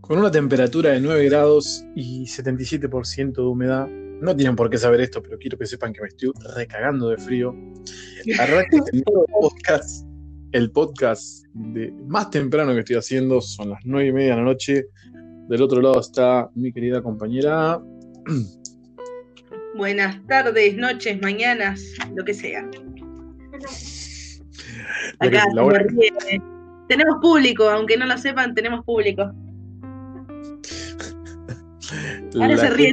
Con una temperatura de 9 grados y 77% de humedad. No tienen por qué saber esto, pero quiero que sepan que me estoy recagando de frío. Arranca este nuevo podcast. El podcast más temprano que estoy haciendo son las 9:30 de la noche. Del otro lado está mi querida compañera. Buenas tardes, noches, mañanas, lo que sea. Acá tenemos público, aunque no lo sepan, tenemos público. Ahora se ríen.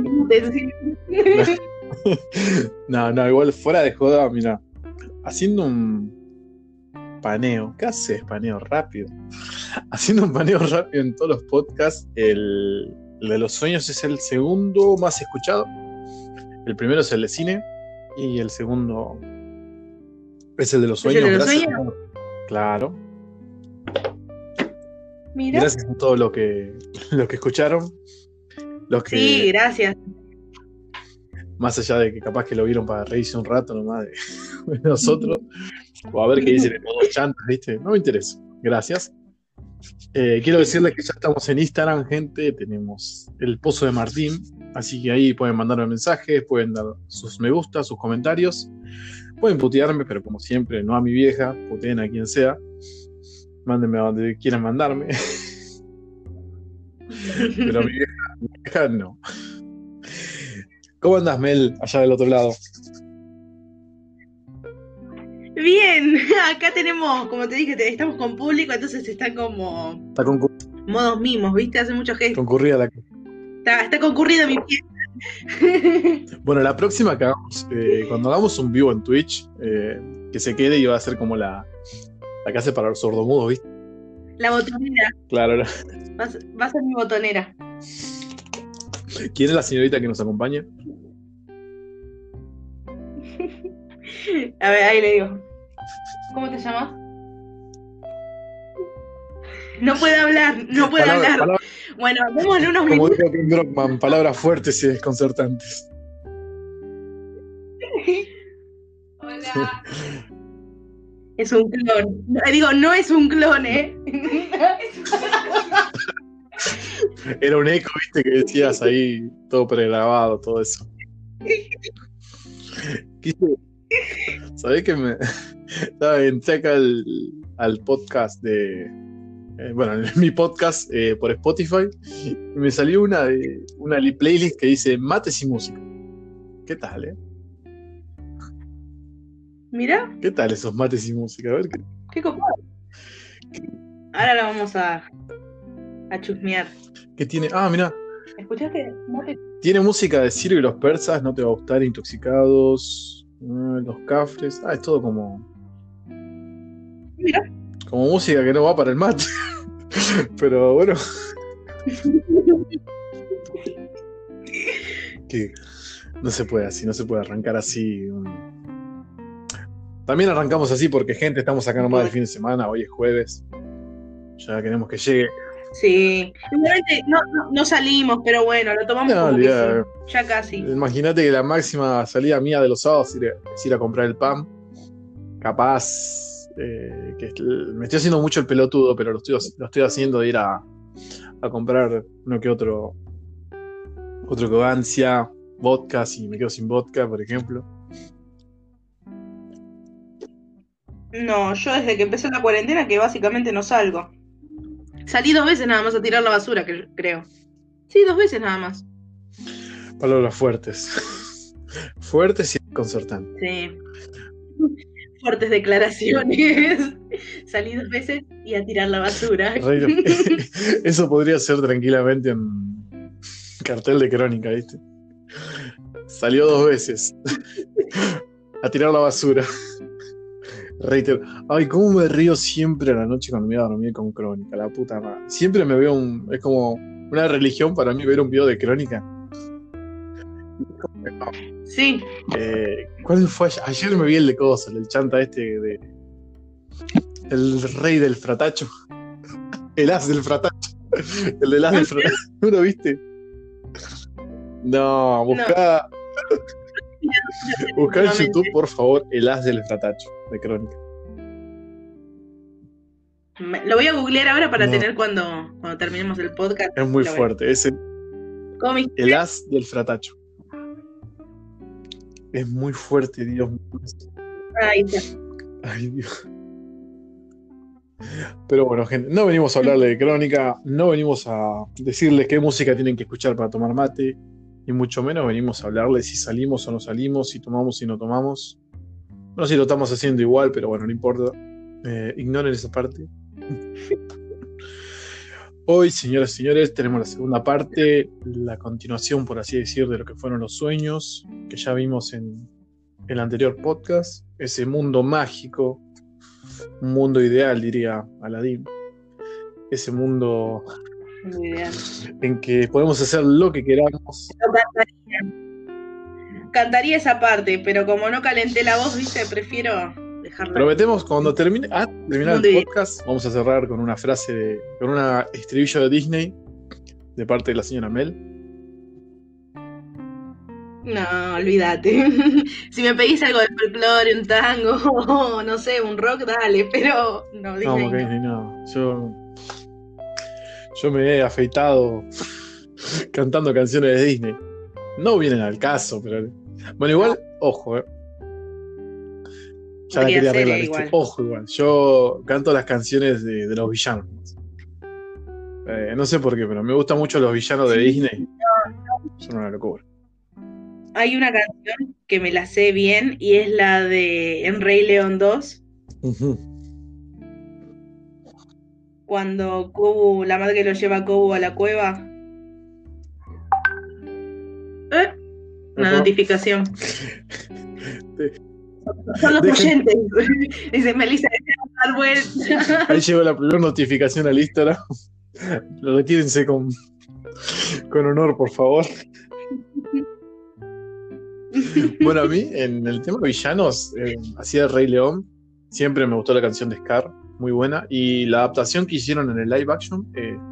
No, igual fuera de joda, mira, haciendo un paneo, ¿qué haces? Paneo rápido. Haciendo un paneo rápido en todos los podcasts, el de los sueños es el segundo más escuchado. El primero es el de cine y el segundo es el de los sueños. ¿Es el de los sueños? Claro. Mira. Gracias a todo lo que escucharon. Sí, gracias. Más allá de que capaz que lo vieron para reírse un rato nomás de nosotros, o a ver qué dicen los chantas, ¿viste? No me interesa. Gracias. Quiero decirles que ya estamos en Instagram, gente. Tenemos el Pozo de Martín, así que ahí pueden mandarme mensajes, pueden dar sus me gusta, sus comentarios. Pueden putearme, pero como siempre, no a mi vieja, puteen a quien sea. Mándenme a donde quieran mandarme. Pero a mi vieja no. ¿Cómo andás, Mel, allá del otro lado? Bien, acá tenemos, como te dije, estamos con público, entonces están como modos mimos, ¿viste? Hace mucho gesto. Concurrida la... Está concurrida mi pie. Bueno, la próxima que hagamos, cuando hagamos un vivo en Twitch, que se quede y va a ser como la que hace para los sordomudos, ¿viste? La botonera. Claro. Va a ser mi botonera. ¿Quién es la señorita que nos acompaña? A ver, ahí le digo. ¿Cómo te llamas? No puede hablar. Palabra. Bueno, démosle unos minutos. Como dijo Ken Brockman, palabras fuertes y desconcertantes. Hola. Es un clon. Digo, no es un clon, ¿eh? Era un eco, viste, que decías ahí, todo pregrabado, todo eso. ¿Sabés que entré acá al podcast de... en mi podcast por Spotify, y me salió una playlist que dice mates y música. ¿Qué tal, Mira. ¿Qué tal esos mates y música? A ver qué copado. Ahora la vamos a chusmear. ¿Qué tiene? Ah, mirá. ¿Escuchaste? Tiene música de Ciro y los persas, no te va a gustar, intoxicados, los cafres. Es todo como... Mira. Como música que no va para el mate. Pero bueno. Que no se puede así, no se puede arrancar así. También arrancamos así porque, gente, estamos acá nomás del fin de semana, hoy es jueves. Ya queremos que llegue. Sí, igualmente no salimos, pero bueno, lo tomamos como que sí. Ya casi. Imagínate que la máxima salida mía de los sábados es ir a comprar el pan. Capaz que me estoy haciendo mucho el pelotudo, pero lo estoy haciendo de ir a comprar uno que otro Cogancia, vodka, si me quedo sin vodka, por ejemplo. No, yo desde que empecé la cuarentena que básicamente no salgo. Salí 2 veces nada más a tirar la basura, creo. Sí, 2 veces nada más. Palabras fuertes. Fuertes y desconcertantes. Sí. Fuertes declaraciones. Salí 2 veces y a tirar la basura. Eso podría ser tranquilamente un cartel de crónica, ¿viste? Salió 2 veces a tirar la basura. Reitero. Ay, cómo me río siempre a la noche cuando me voy a dormir con crónica, la puta madre. Siempre me veo es como una religión para mí ver un video de crónica. Sí. ¿Cuál fue? Ayer me vi el de cosas, el chanta el rey del fratacho. El as del fratacho. El del as del fratacho. ¿No lo viste? No, buscá. Buscá en YouTube, por favor, el as del fratacho de crónica. Lo voy a googlear ahora para No. tener cuando terminemos el podcast. Es muy Lo veo. fuerte. Es Cómic. el as del fratacho. Es muy fuerte, Dios mío. Ahí está. Ay, Dios. Pero bueno, gente, no venimos a hablarle de Crónica, no venimos a decirles qué música tienen que escuchar para tomar mate, y mucho menos venimos a hablarles si salimos o no salimos, si tomamos o no tomamos. No sé si lo estamos haciendo igual, pero bueno, no importa. Ignoren esa parte. Hoy, señoras y señores, tenemos la segunda parte, la continuación, por así decir, de lo que fueron los sueños, que ya vimos en el anterior podcast. Ese mundo mágico, un mundo ideal, diría Aladín. Ese mundo Muy bien. en que podemos hacer lo que queramos. Cantaría esa parte, pero como no calenté la voz, viste, prefiero dejarla. Prometemos cuando terminar Mundo el ideal. podcast, vamos a cerrar con una frase, con una estribillo de Disney de parte de la señora Mel. No, olvídate. Si me pedís algo de folclore, un tango, o no sé, un rock, dale, pero no, No, Disney porque no. Disney no. Yo me he afeitado cantando canciones de Disney. No vienen al caso, pero. Bueno, igual, ojo, ya Podría quería ser, arreglar esto. igual. Ojo, igual. Yo canto las canciones de los villanos. No sé por qué, pero me gustan mucho los villanos de Disney. Son una locura. Hay una canción que me la sé bien y es la de En Rey León 2, Ujú. cuando Kobu, la madre lo lleva a Kobu a la cueva. Una Ajá. notificación. De- Son los Dejen- oyentes. Dice Melissa, déjame dar vuelta. Ahí llegó la primera notificación al Instagram. Retírense con honor, por favor. Bueno, a mí, en el tema de villanos, hacía el Rey León. Siempre me gustó la canción de Scar, muy buena. Y la adaptación que hicieron en el live action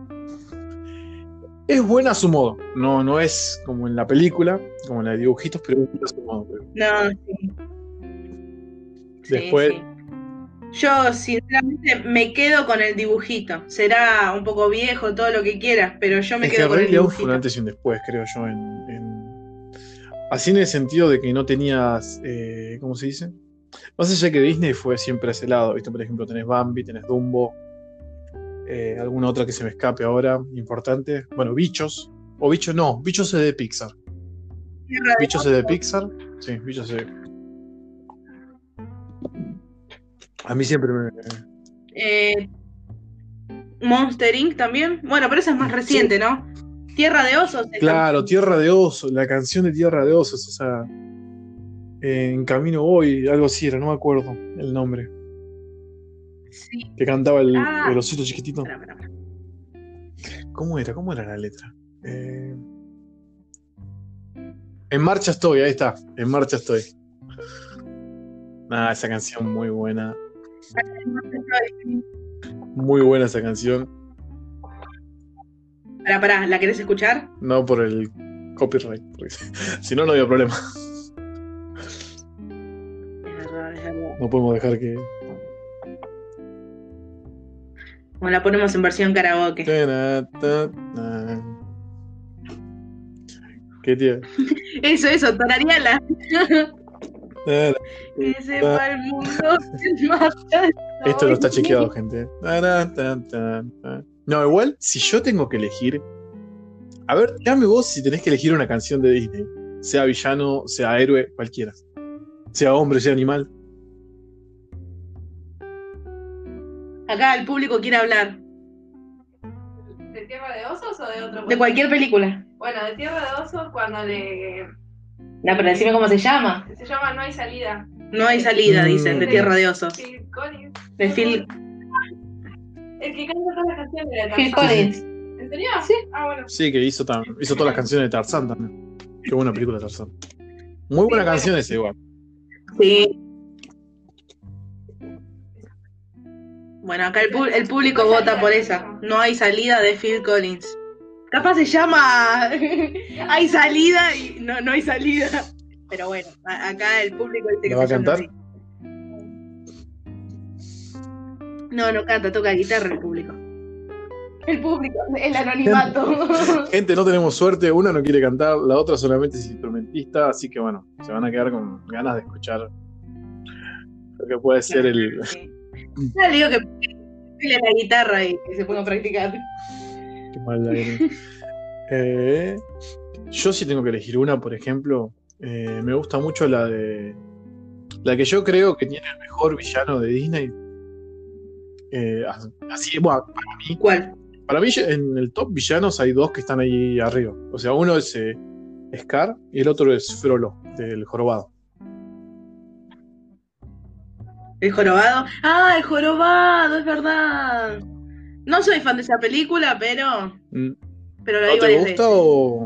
es buena a su modo. No es como en la película, como en la de dibujitos, pero es buena a su modo. No, sí. Después, Sí. Yo, sinceramente, me quedo con el dibujito. Será un poco viejo, todo lo que quieras, pero yo me es que quedo el con Rey el León fue un dibujito. antes y un después, creo yo. Así en el sentido de que no tenías, ¿cómo se dice? Más allá de que Disney fue siempre a ese lado, ¿viste? Por ejemplo, tenés Bambi, tenés Dumbo, alguna otra que se me escape ahora, importante. Bueno, Bichos. O Bichos no, Bichos es de Pixar. Bichos es de Pixar. Sí, Bichos es de... A mí siempre me... Monster Inc. también. Bueno, pero esa es más reciente, ¿no? Tierra de Osos. esa. Claro, Tierra de Osos, la canción de Tierra de Osos, esa... En Camino Voy, algo así era, no me acuerdo el nombre. Sí. Que cantaba el Ah. osito chiquitito. Espera. ¿Cómo era la letra? En marcha estoy, ahí está. En marcha estoy. Esa canción muy buena. Muy buena esa canción. Pará, ¿la querés escuchar? No por el copyright, porque si no, no había problema. Es verdad. No podemos dejar que. Bueno, la ponemos en versión karaoke. ¿Qué tío? Eso, tarareala. Que sepa el mundo que marcha Esto no está estoy. chequeado, gente. No, igual, si yo tengo que elegir. A ver, dígame vos si tenés que elegir una canción de Disney. Sea villano, sea héroe, cualquiera. Sea hombre, sea animal. Acá el público quiere hablar. ¿De Tierra de Osos o de otro? De cualquier película. Bueno, de Tierra de Osos cuando le... No, pero decime cómo se llama. Se llama No hay salida. No hay salida, dicen, de Tierra de Osos. Phil Collins. De Phil El que canta todas las canciones de la Phil Tarzán. Collins. ¿En serio? Sí. Ah, bueno. Sí, que hizo todas las canciones de Tarzán también. Qué buena película de Tarzán. Muy buena Sí, canción esa igual. Sí. Bueno, acá el público vota por esa. No hay salida de Phil Collins. Capaz se llama Hay salida y no hay salida. Pero bueno, acá el público dice que ¿La va a se llama cantar? así. No, no canta, toca guitarra el público. El público, el anonimato. Gente, no tenemos suerte. Una no quiere cantar, la otra solamente es instrumentista. Así que bueno, se van a quedar con ganas de escuchar lo que puede ser el. Sí. Ya le digo que pele la guitarra y que se ponga a practicar. Qué mal yo sí tengo que elegir una, por ejemplo. Me gusta mucho la de. La que yo creo que tiene el mejor villano de Disney. Así, bueno, ¿Cuál? para mí en el top villanos hay dos que están ahí arriba. O sea, uno es Scar y el otro es Frollo, del Jorobado. ¿El jorobado? Ah, el jorobado, es verdad. No soy fan de esa película, pero la ¿No vi te varias gusta veces. o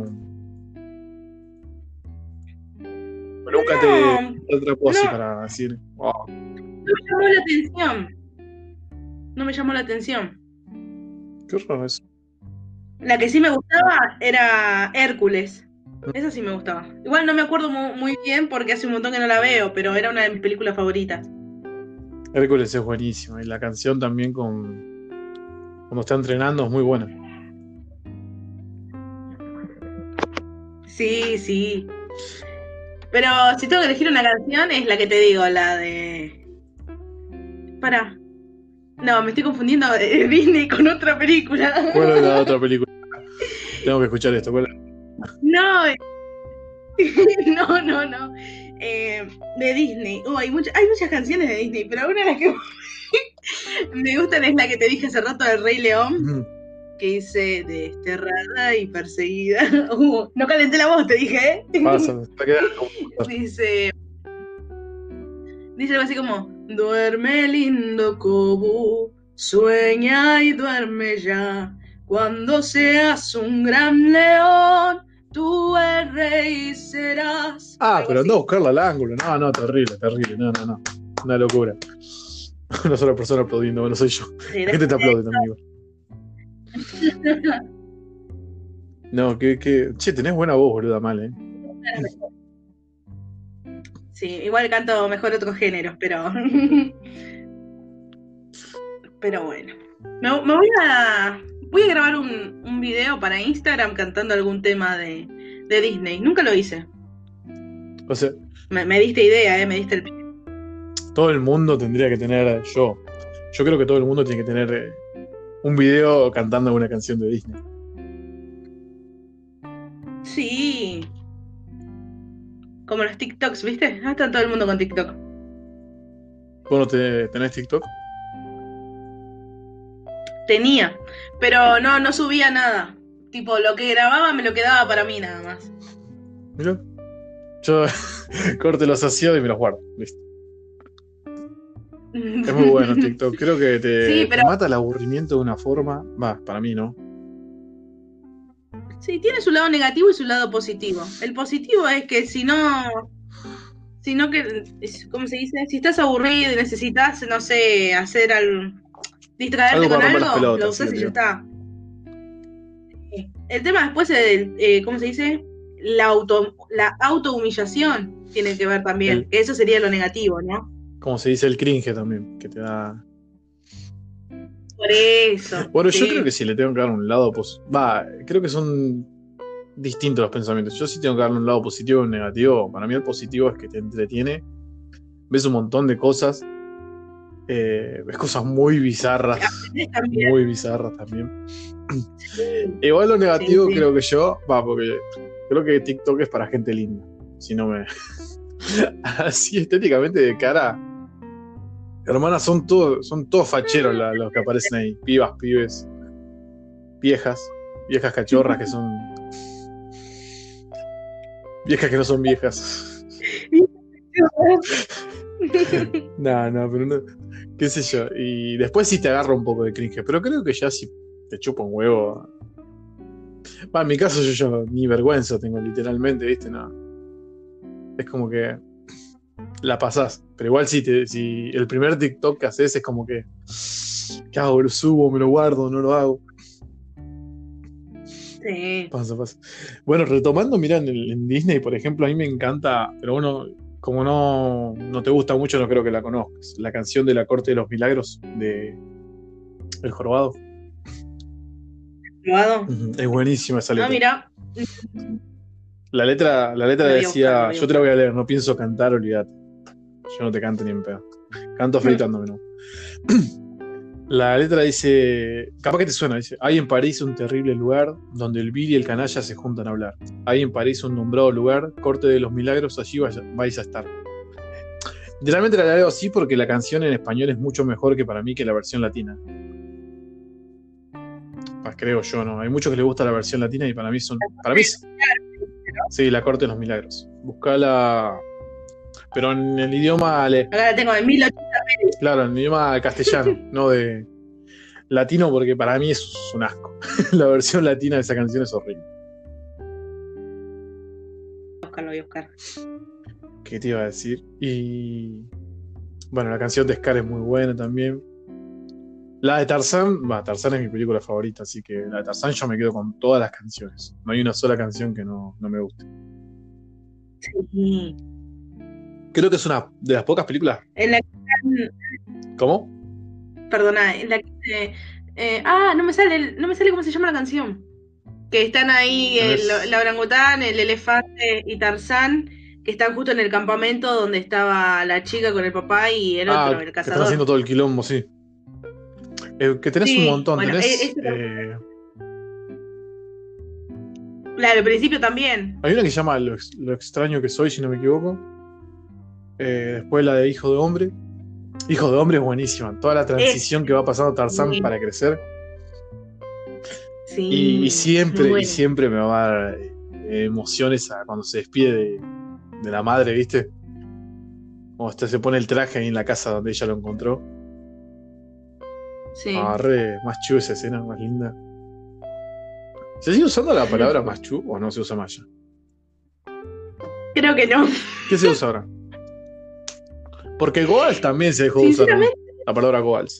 nunca te atrapó así no. para decir, wow, No me llamó la atención. No me llamó la atención. qué raro es? La que sí me gustaba era Hércules. Esa sí me gustaba. Igual no me acuerdo muy bien porque hace un montón que no la veo, pero era una de mis películas favoritas. Hércules es buenísimo y la canción también cuando está entrenando es muy buena. Sí, sí. Pero si tengo que elegir una canción es la que te digo, la de... Pará. No, me estoy confundiendo de Disney con otra película. ¿Cuál es la otra película? Tengo que escuchar esto. ¿Cuál es? No, no. De Disney. Hay muchas canciones de Disney, pero una de las que me gustan es la que te dije hace rato del Rey León, que dice desterrada y perseguida. No calenté la voz, te dije, ¿eh? Pasa, te queda Dice algo así como: duerme lindo Kobu, sueña y duerme ya. Cuando seas un gran león, tú el rey serás. Algo pero así. anda a buscarla al ángulo. No, terrible. No. Una locura. Una sola persona aplaudiendo, bueno, soy yo. Sí, La gente te aplaude también. No, che, tenés buena voz, boluda, mal, ¿eh? Sí, igual canto mejor otros géneros, pero bueno. Voy a grabar un video para Instagram cantando algún tema de Disney. Nunca lo hice. O sea, Me diste idea, me diste el... todo el mundo tendría que tener, yo creo que todo el mundo tiene que tener un video cantando una canción de Disney. Sí. Como los TikToks, ¿viste? Ah, está todo el mundo con TikTok. ¿Vos no tenés TikTok? Tenía, pero no subía nada. Tipo, lo que grababa me lo quedaba para mí nada más. Mirá. Yo corto los asociados y me los guardo. Listo. Es muy bueno TikTok. Creo que te mata el aburrimiento de una forma. Va, para mí, ¿no? Sí, tiene su lado negativo y su lado positivo. El positivo es que ¿cómo se dice? Si estás aburrido y necesitas, no sé, distraerte Algo con para romper las algo, pelotas, lo usas sí, y ya tío. está. El tema después es, ¿cómo se dice? La autohumillación tiene que ver también. Eso sería lo negativo, ¿no? Como se dice, el cringe también, que te da. Por eso. Bueno, sí. yo creo que si le tengo que dar un lado creo que son distintos los pensamientos. Yo sí tengo que darle un lado positivo y un negativo. Para mí el positivo es que te entretiene, ves un montón de cosas, ves cosas muy bizarras, también. muy bizarras también. Igual lo negativo creo que porque creo que TikTok es para gente linda. Si no me... Así estéticamente de cara... Hermanas, son todos facheros los que aparecen ahí. Pibas, pibes, viejas cachorras que son... Viejas que no son viejas. No, pero no... Qué sé yo. Y después sí te agarra un poco de cringe. Pero creo que ya si te chupa un huevo... En mi caso yo ni vergüenza tengo literalmente, ¿viste? No. Es como que... la pasás, pero igual si el primer TikTok que haces es como que ¿qué hago? ¿Lo subo? ¿Me lo guardo? ¿No lo hago? Sí. Pasa. Bueno, retomando, mirá, en Disney, por ejemplo, a mí me encanta, pero como no te gusta mucho, no creo que la conozcas, la canción de La Corte de los Milagros de El jorobado. ¿Probado? Es buenísima esa letra. Ah, mira. La letra Lo voy a decía, buscar, lo voy a yo te la voy a leer, no pienso cantar, olvídate. Yo no te canto ni en pedo. Canto afeitándome, ¿no? La letra dice, capaz que te suena, dice, hay en París un terrible lugar donde el vil y el canalla se juntan a hablar. Hay en París un nombrado lugar, corte de los milagros, allí vais a estar. Literalmente la leo así porque la canción en español es mucho mejor que para mí que la versión latina. Creo yo, ¿no? Hay muchos que les gusta la versión latina y para mí sí, la corte de los milagros. Buscala, pero en el idioma Acá la tengo de 1800. claro, en el idioma castellano, no de latino, porque para mí es un asco. La versión latina de esa canción es horrible. Lo voy a buscar. ¿Qué te iba a decir? Y bueno, la canción de Scar es muy buena también. La de Tarzán, Tarzán es mi película favorita, así que la de Tarzán yo me quedo con todas las canciones. No hay una sola canción que no me guste. Sí. Creo que es una de las pocas películas. En la ¿Cómo? Perdona, en la que no me sale cómo se llama la canción. Que están ahí la orangután, el elefante y Tarzán, que están justo en el campamento donde estaba la chica con el papá y el otro, el Que cazador. están haciendo todo el quilombo, sí. Que tenés un montón, bueno, tenés. La del principio también. Hay una que se llama Lo extraño que soy, si no me equivoco. Después la de Hijo de Hombre. Hijo de Hombre es buenísima. Toda la transición que va pasando Tarzán para crecer. Sí. Y siempre me va a dar emociones cuando se despide de la madre, ¿viste? Cuando se pone el traje ahí en la casa donde ella lo encontró. Sí. Más chu esa escena, más linda. ¿Se sigue usando la palabra más chu o no se usa más ya? Creo que no. ¿Qué se usa ahora? Porque Goals también se dejó de usar, ¿no? La palabra Goals.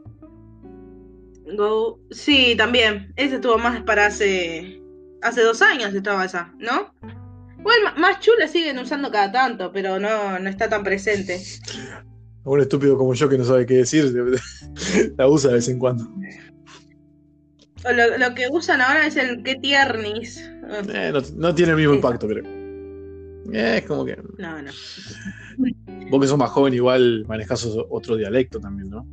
Sí, también. Esa estuvo más para hace 2 años estaba esa, ¿no? Bueno, más chula siguen usando cada tanto, pero no está tan presente. Un estúpido como yo que no sabe qué decir, la usa de vez en cuando. Lo que usan ahora es el qué tiernis. No tiene el mismo impacto, creo. Es como que. No. Vos que sos más joven, igual manejás otro dialecto también, ¿no?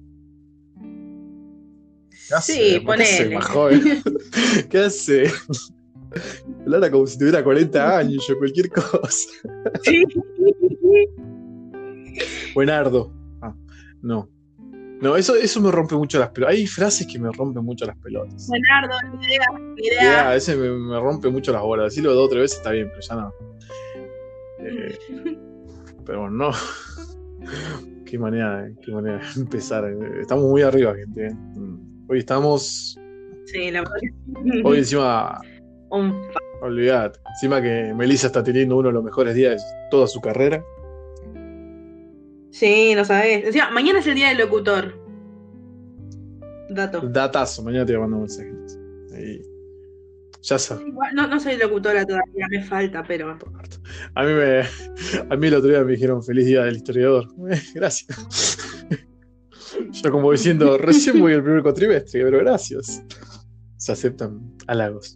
Sí, ponele. Más joven. ¿Qué hace? Hablara como si tuviera 40 años, yo cualquier cosa. Sí. Buenardo. No, eso me rompe mucho las pelotas. Hay frases que me rompen mucho las pelotas. Buenardo, ni idea. Ese me rompe mucho las bolas. Decirlo 2 o 3 veces está bien, pero ya no. Pero bueno, no. Qué manera de empezar. Estamos muy arriba, gente. Hoy estamos. Sí, la verdad. Hoy encima. Olvidate. Encima que Melissa está teniendo uno de los mejores días de toda su carrera. Sí, lo sabés. Encima, mañana es el día del locutor. Datazo. Mañana te voy a mandar un mensaje. Ahí. Ya sabes. No soy locutora todavía, me falta, pero. A mí el otro día me dijeron feliz día del historiador. Gracias. Yo como diciendo, recién voy el primer cuatrimestre, pero gracias. Se aceptan halagos.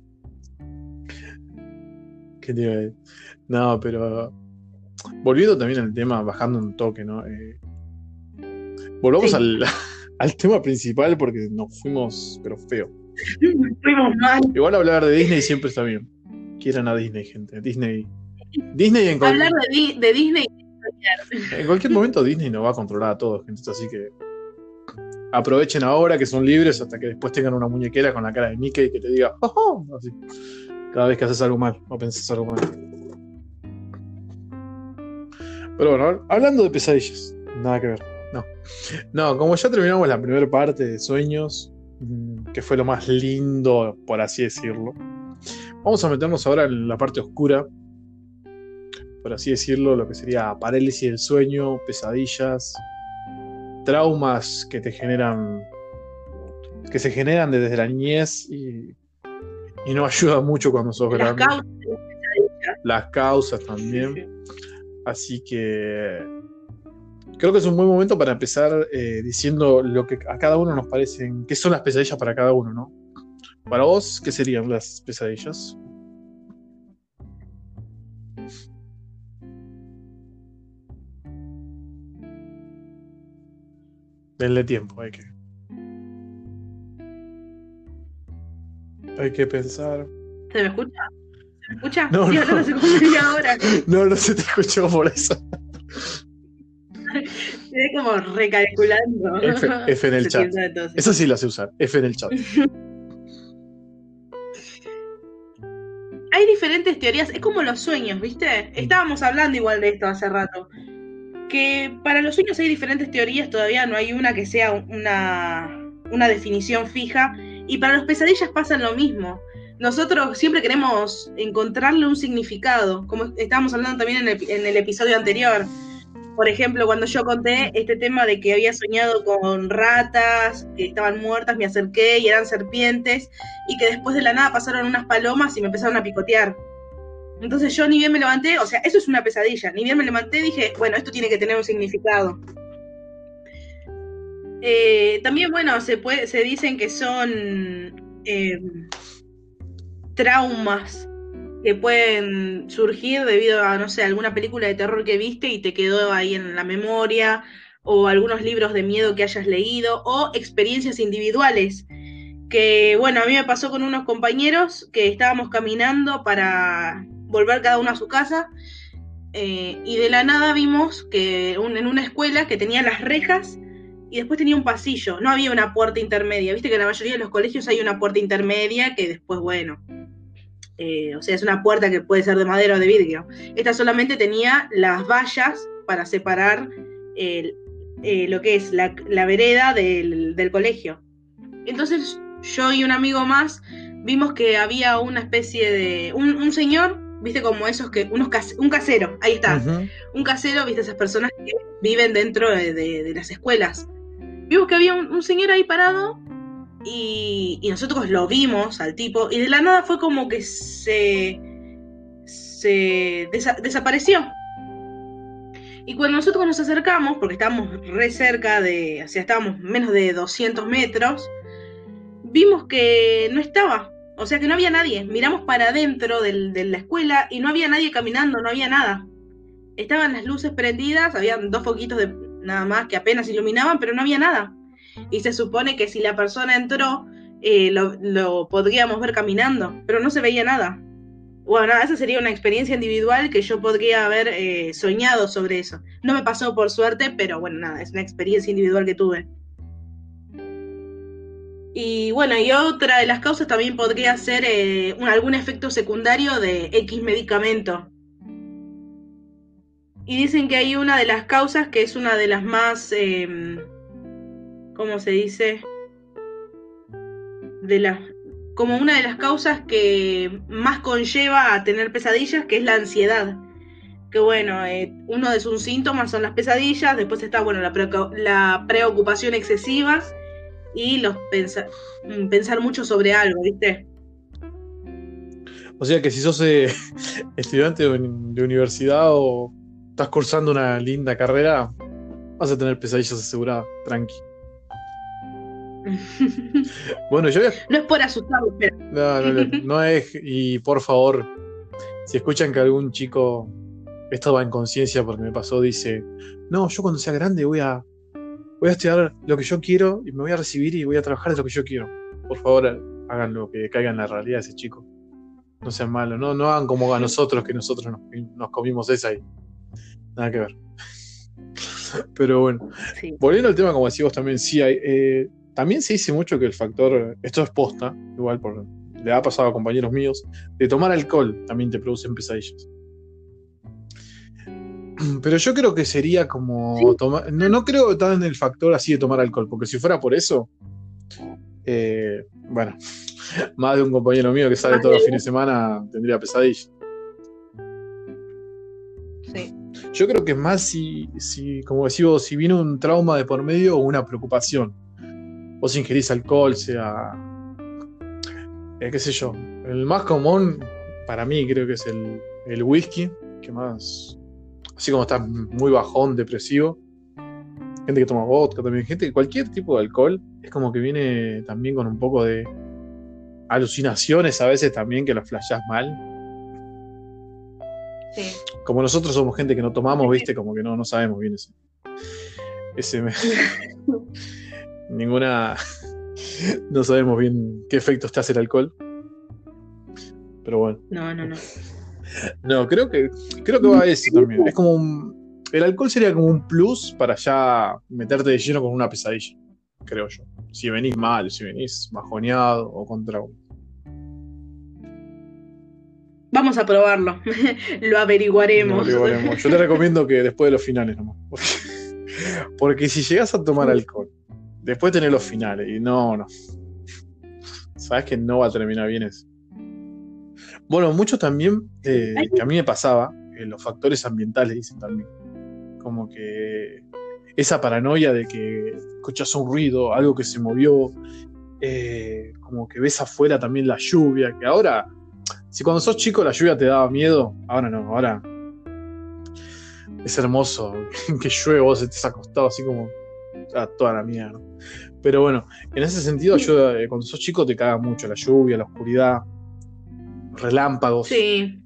¿Qué te iba a decir? No, pero volviendo también al tema, bajando un toque, ¿no? Volvamos al tema principal porque nos fuimos, pero feo. Fuimos mal. Igual hablar de Disney siempre está bien. Quieran a Disney, gente. Disney en hablar de Disney. En cualquier momento Disney nos va a controlar a todos, gente. Así que aprovechen ahora que son libres hasta que después tengan una muñequera con la cara de Mickey que te diga ¡oh! Así. Cada vez que haces algo mal o pensás algo mal. Pero bueno, hablando de pesadillas, nada que ver. No, como ya terminamos la primera parte de Sueños, que fue lo más lindo, por así decirlo, vamos a meternos ahora en la parte oscura, por así decirlo, lo que sería parálisis del sueño, pesadillas, traumas que se generan desde la niñez y no ayuda mucho cuando sos grande. Las causas también. Sí. Así que creo que es un buen momento para empezar diciendo lo que a cada uno nos parecen, qué son las pesadillas para cada uno, ¿no? Para vos, ¿qué serían las pesadillas? Denle tiempo, hay que pensar. ¿Se me escucha? ¿Se me escucha? No, Sí, no. hablando hace como media hora. No se te escuchó por eso. Estoy como recalculando. F en el Se chat. piensa entonces. Eso sí lo sé usar, F en el chat. Hay diferentes teorías, es como los sueños, ¿viste? Estábamos hablando igual de esto hace rato. Que para los sueños hay diferentes teorías, todavía no hay una que sea una definición fija. Y para las pesadillas pasa lo mismo. Nosotros siempre queremos encontrarle un significado, como estábamos hablando también en el episodio anterior. Por ejemplo, cuando yo conté este tema de que había soñado con ratas, que estaban muertas, me acerqué y eran serpientes, y que después de la nada pasaron unas palomas y me empezaron a picotear. Entonces yo ni bien me levanté, o sea, eso es una pesadilla, ni bien me levanté dije, bueno, esto tiene que tener un significado. También, bueno, se dicen que son traumas que pueden surgir debido a, no sé, alguna película de terror que viste y te quedó ahí en la memoria, o algunos libros de miedo que hayas leído, o experiencias individuales. Que, bueno, a mí me pasó con unos compañeros que estábamos caminando para volver cada uno a su casa, y de la nada vimos que en una escuela que tenía las rejas y después tenía un pasillo, no había una puerta intermedia. Viste que en la mayoría de los colegios hay una puerta intermedia que después, bueno, o sea, es una puerta que puede ser de madera o de vidrio. Esta solamente tenía las vallas para separar lo que es la vereda del colegio. Entonces yo y un amigo más vimos que había una especie de un señor, viste, como esos que un casero, ahí está. Uh-huh. Un casero, viste, esas personas que viven dentro de las escuelas. Vimos que había un señor ahí parado y nosotros lo vimos al tipo y de la nada fue como que se desapareció. Y cuando nosotros nos acercamos, porque estábamos re cerca o sea, estábamos menos de 200 metros, vimos que no estaba, o sea que no había nadie. Miramos para adentro de la escuela y no había nadie caminando, no había nada. Estaban las luces prendidas, habían 2 foquitos nada más que apenas iluminaban, pero no había nada. Y se supone que si la persona entró, lo podríamos ver caminando, pero no se veía nada. Bueno, nada, esa sería una experiencia individual que yo podría haber soñado sobre eso. No me pasó por suerte, pero bueno, nada, es una experiencia individual que tuve. Y bueno, y otra de las causas también podría ser algún efecto secundario de X medicamento. Y dicen que hay una de las causas que es una de las más, ¿cómo se dice? Como una de las causas que más conlleva a tener pesadillas, que es la ansiedad. Que bueno, uno de sus síntomas son las pesadillas, después está, bueno, la preocupación excesiva y pensar mucho sobre algo, ¿viste? O sea que si sos estudiante de universidad o estás cursando una linda carrera, vas a tener pesadillas aseguradas, tranqui. Bueno, yo no es por asustarlos, pero no es. Y por favor, si escuchan que algún chico, esto va en conciencia porque me pasó, dice, no, yo cuando sea grande voy a estudiar lo que yo quiero y me voy a recibir y voy a trabajar de lo que yo quiero. Por favor, hagan lo que caiga en la realidad de ese chico. No sean malos, no hagan como a nosotros, que nosotros nos comimos esa y nada que ver. Pero bueno, sí. Volviendo al tema, como decís vos también, sí hay. También se dice mucho que el factor, esto es posta, igual le ha pasado a compañeros míos, de tomar alcohol también te producen pesadillas. Pero yo creo que sería como ¿sí? Tomar, no creo tan en el factor así de tomar alcohol, porque si fuera por eso, bueno, más de un compañero mío que sale todos los fines de semana tendría pesadillas. Sí. Yo creo que es más si como decís vos, si viene un trauma de por medio o una preocupación. Vos ingerís alcohol, sea qué sé yo, el más común para mí creo que es el whisky, que más, así como estás muy bajón, depresivo, gente que toma vodka también, gente, cualquier tipo de alcohol, es como que viene también con un poco de alucinaciones a veces también que lo flashás mal. Sí. Como nosotros somos gente que no tomamos, viste, como que no sabemos bien ninguna, no sabemos bien qué efectos te hace el alcohol. Pero bueno. No. No, creo que va a eso también. Es como el alcohol sería como un plus para ya meterte de lleno con una pesadilla, creo yo. Si venís mal, si venís bajoneado o contra. Vamos a probarlo. Lo averiguaremos. Yo te recomiendo que después de los finales nomás. Porque si llegas a tomar alcohol, después tenés los finales y no. Sabes que no va a terminar bien eso. Bueno, mucho también que a mí me pasaba, los factores ambientales dicen también. Como que esa paranoia de que escuchas un ruido, algo que se movió, como que ves afuera también la lluvia, que ahora, si cuando sos chico la lluvia te daba miedo, ahora no, ahora es hermoso que llueve, vos estés acostado así como a toda la mierda. Pero bueno, en ese sentido, cuando sos chico te caga mucho la lluvia, la oscuridad, relámpagos. Sí.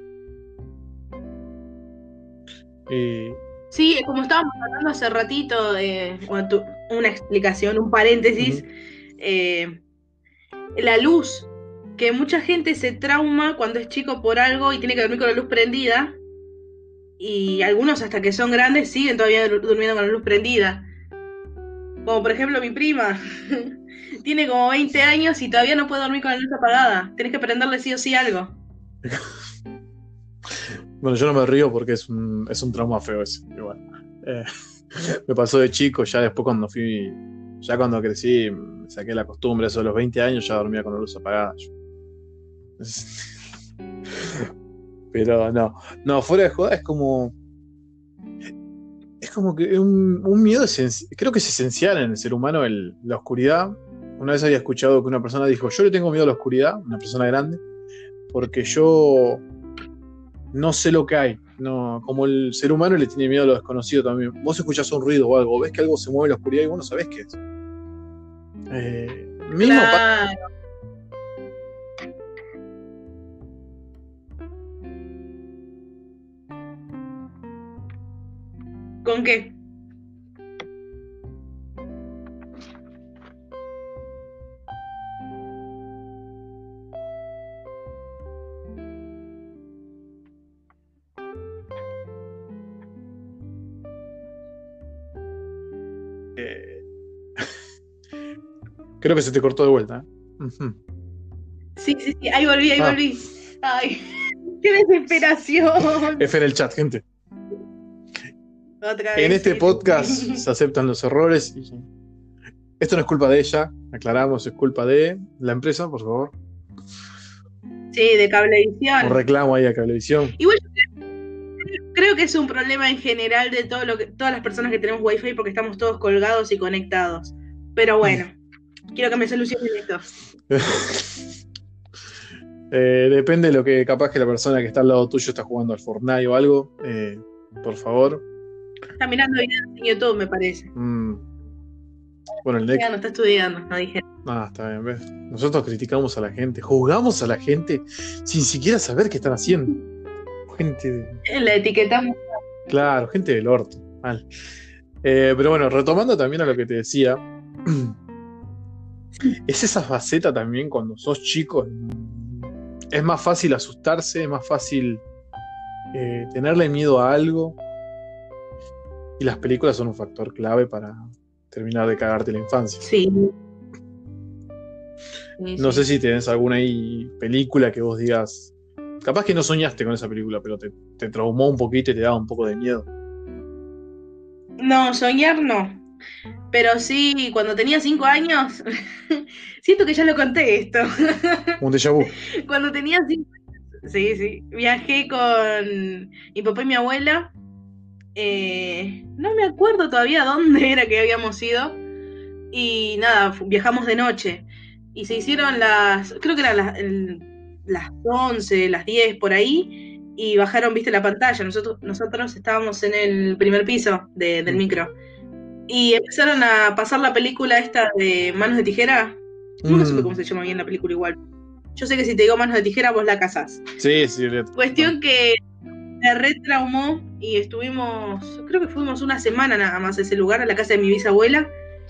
Sí, como estábamos hablando hace ratito, una explicación, un paréntesis, la luz, que mucha gente se trauma cuando es chico por algo y tiene que dormir con la luz prendida, y algunos hasta que son grandes siguen todavía durmiendo con la luz prendida. Como por ejemplo mi prima, tiene como 20 años y todavía no puede dormir con la luz apagada. Tenés que prenderle sí o sí algo. Bueno, yo no me río porque es un trauma feo ese. Igual. Me pasó de chico, ya después cuando crecí, me saqué la costumbre, eso de los 20 años ya dormía con la luz apagada. Pero no, fuera de joda es como que un miedo creo que es esencial en el ser humano, la oscuridad. Una vez había escuchado que una persona dijo, yo le tengo miedo a la oscuridad, una persona grande, porque yo no sé lo que hay. No, como el ser humano le tiene miedo a lo desconocido también. Vos escuchás un ruido o algo, ves que algo se mueve en la oscuridad y vos no sabés qué es. Mismo claro. ¿Con qué? Creo que se te cortó de vuelta. Uh-huh. Sí, ahí volví. Ay, qué desesperación. F en el chat, gente. Otra vez, en este podcast se aceptan los errores. Esto no es culpa de ella, aclaramos, es culpa de la empresa, por favor. Sí, de Cablevisión. Un reclamo ahí a Cablevisión. Igual creo que es un problema en general de todas las personas que tenemos wifi porque estamos todos colgados y conectados. Pero bueno, quiero que me solucionen esto. Depende de lo que capaz que la persona que está al lado tuyo está jugando al Fortnite o algo. Por favor. Está mirando videos en YouTube, me parece. Bueno, el NEC. No está estudiando, no dije. Está bien, ¿ves? Nosotros criticamos a la gente, juzgamos a la gente sin siquiera saber qué están haciendo. Gente. La etiquetamos. Claro, gente del orto. Mal. Pero bueno, retomando también a lo que te decía, es esa faceta también cuando sos chico. Es más fácil asustarse, es más fácil tenerle miedo a algo. Y las películas son un factor clave para terminar de cagarte la infancia. Sí. No sé si tenés alguna película que vos digas, capaz que no soñaste con esa película, pero te traumó un poquito y te daba un poco de miedo. No, soñar no. Pero sí, cuando tenía 5 años, siento que ya lo conté esto. Un déjà vu. Cuando tenía 5 años, sí, viajé con mi papá y mi abuela. No me acuerdo todavía dónde era que habíamos ido. Y nada, viajamos de noche. Y se hicieron creo que eran las 11, las 10 por ahí. Y bajaron, viste, la pantalla. Nosotros estábamos en el primer piso del micro. Y empezaron a pasar la película esta de Manos de Tijera. Nunca supe cómo Mm, se llama bien la película igual. Yo sé que si te digo Manos de Tijera, vos la casás. sí, sí, olvídate. Cuestión que me retraumó y estuvimos, creo que fuimos una semana nada más a ese lugar, a la casa de mi bisabuela.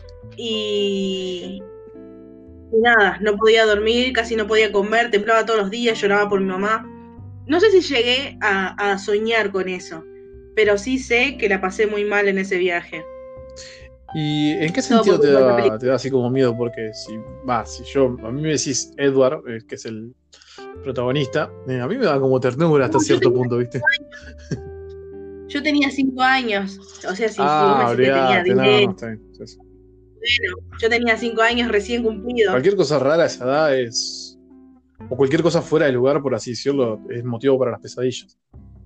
Y nada, no podía dormir, casi no podía comer, temblaba todos los días, lloraba por mi mamá. No sé si llegué a soñar con eso, pero sí sé que la pasé muy mal en ese viaje. ¿Y en qué Todo sentido por culpa de esa película. te da así como miedo? Porque a mí me decís Edward, que es el protagonista, a mí me da como ternura hasta No, cierto punto, ¿viste? yo tenía 5 años, o sea, si vos me Ah, decís que tenía olvídate, 10, no, está bien. Sí, sí. yo tenía 5 años recién cumplidos. Cualquier cosa rara a esa edad es. O cualquier cosa fuera de lugar, por así decirlo, es motivo para las pesadillas.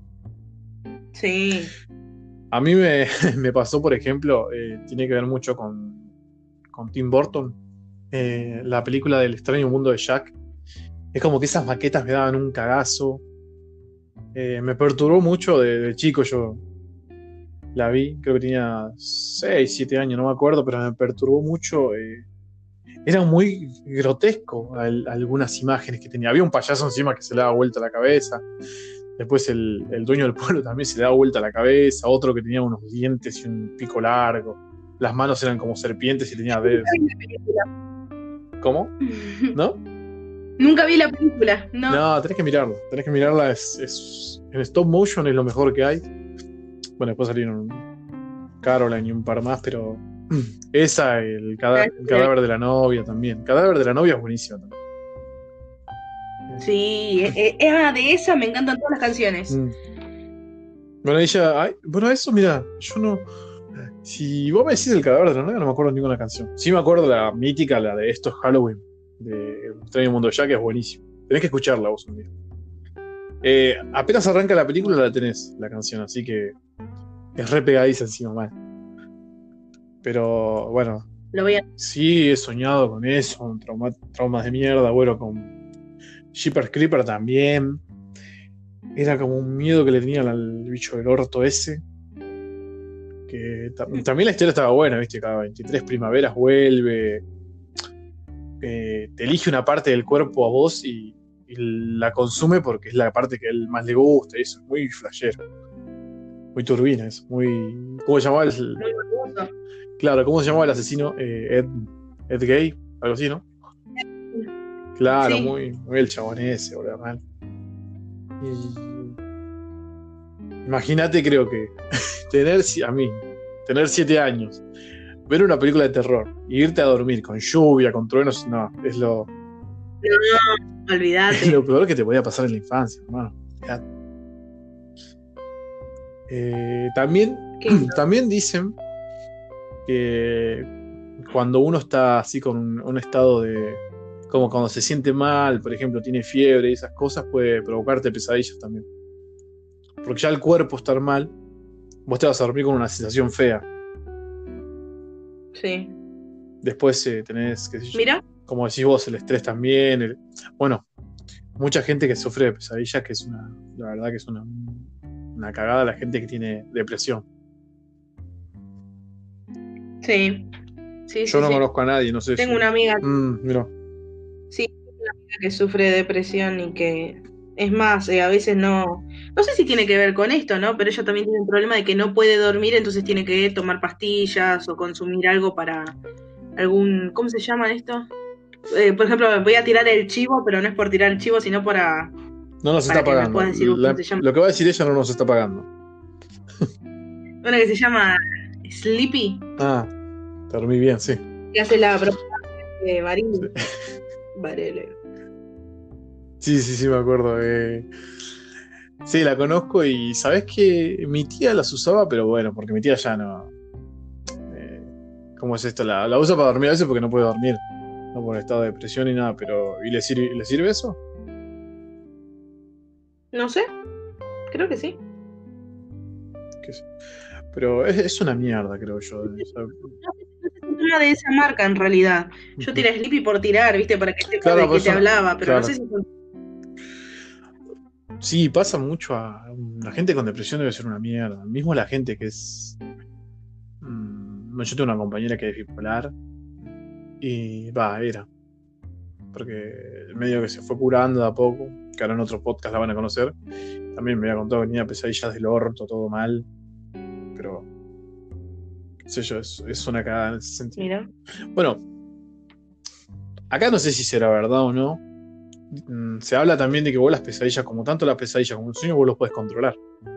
Sí. A mí me pasó, por ejemplo, tiene que ver mucho con Tim Burton, la película del extraño mundo de Jack. Es como que esas maquetas me daban un cagazo. Me perturbó mucho de chico, yo la vi, creo que tenía 6 7 años, no me acuerdo, pero me perturbó mucho. Era muy grotesco algunas imágenes que tenía. Había un payaso encima que se le daba vuelta la cabeza. Después el dueño del pueblo también se le daba vuelta la cabeza. Otro que tenía unos dientes y un pico largo. Las manos eran como serpientes y tenía dedos. ¿Cómo? ¿No? Nunca vi la película, no. No, tenés que mirarla. Tenés que mirarla. En stop motion es lo mejor que hay. Bueno, después salieron Caroline y un par más, pero esa, el cadáver de la novia también. El cadáver de la novia es buenísimo también. Sí, de esa me encantan todas las canciones. Bueno, bueno, eso, mira, yo no. Si vos me decís el cadáver de la novia, no me acuerdo de ninguna canción. Sí me acuerdo la mítica, la de Esto es Halloween, de El extraño mundo de Jack, que es buenísimo. Tenés que escucharla vos un día. Apenas arranca la película la tenés, la canción, así que es re pegadiza encima mal. Pero bueno, Lo voy a... sí he soñado con eso, traumas de mierda, bueno, con Jeepers Creeper también. Era como un miedo que le tenían al bicho del orto ese. Que también la historia estaba buena, ¿viste? Cada 23 primaveras vuelve. Te elige una parte del cuerpo a vos y la consume porque es la parte que a él más le gusta. Y eso es muy flashero. Muy turbina, eso. Muy. ¿Cómo se llamaba el. Muy hermoso. Claro, ¿cómo se llamaba el asesino? Ed Gay, algo así, ¿no? Claro, Sí. muy el chabón ese, boludo, mal. Imagínate, creo que tener 7 años, ver una película de terror y irte a dormir con lluvia, con truenos, no, es lo Olvídate. peor que te podía pasar en la infancia, hermano. También dicen que cuando uno está así con un estado de, como cuando se siente mal, por ejemplo, tiene fiebre y esas cosas, puede provocarte pesadillas también. Porque ya el cuerpo estar mal, vos te vas a dormir con una sensación fea. Sí. Después tenés, qué sé yo, Mira, como decís vos, el estrés también. Bueno, mucha gente que sufre de pesadillas, que la verdad que es una cagada la gente que tiene depresión. sí. Sí, Yo sí, no sí. conozco a nadie, no sé Tengo si. una amiga, Mira. sí, una amiga que sufre de depresión y que es más, a veces no sé si tiene que ver con esto, ¿no? Pero ella también tiene un problema de que no puede dormir, entonces tiene que tomar pastillas o consumir algo para algún, ¿cómo se llama esto? Por ejemplo, voy a tirar el chivo, pero no es por tirar el chivo, sino para No nos está que me pagando. puedas decir cómo se llama. Lo que va a decir ella no nos está pagando. Una que se llama Sleepy, Ah, dormí bien, sí. que hace la propaganda de Varine. Varele. Sí, me acuerdo. Sí, la conozco y sabés que mi tía las usaba, pero bueno, porque mi tía ya no. ¿Cómo es esto? La usa para dormir a veces porque no puede dormir. No por estado de depresión ni nada, pero. ¿Y le sirve eso? No sé, creo que sí. ¿Qué sé? Pero es una mierda, creo yo. Una de esa marca en realidad. Yo tiré Sleepy por tirar, ¿viste? Para que sepas Claro, de por qué te eso- hablaba, pero claro. no sé si son... Sí, pasa mucho la gente con depresión debe ser una mierda. Mismo la gente que es. yo tengo una compañera que es bipolar y era. Porque medio que se fue curando de a poco, que ahora en otro podcast la van a conocer. También me había contado que tenía pesadillas del orto, todo mal. Pero, qué sé yo, es una cagada en ese sentido. Mira. Bueno, acá no sé si será verdad o no. Se habla también de que vos las pesadillas, como tanto las pesadillas como el sueño, vos los podés controlar.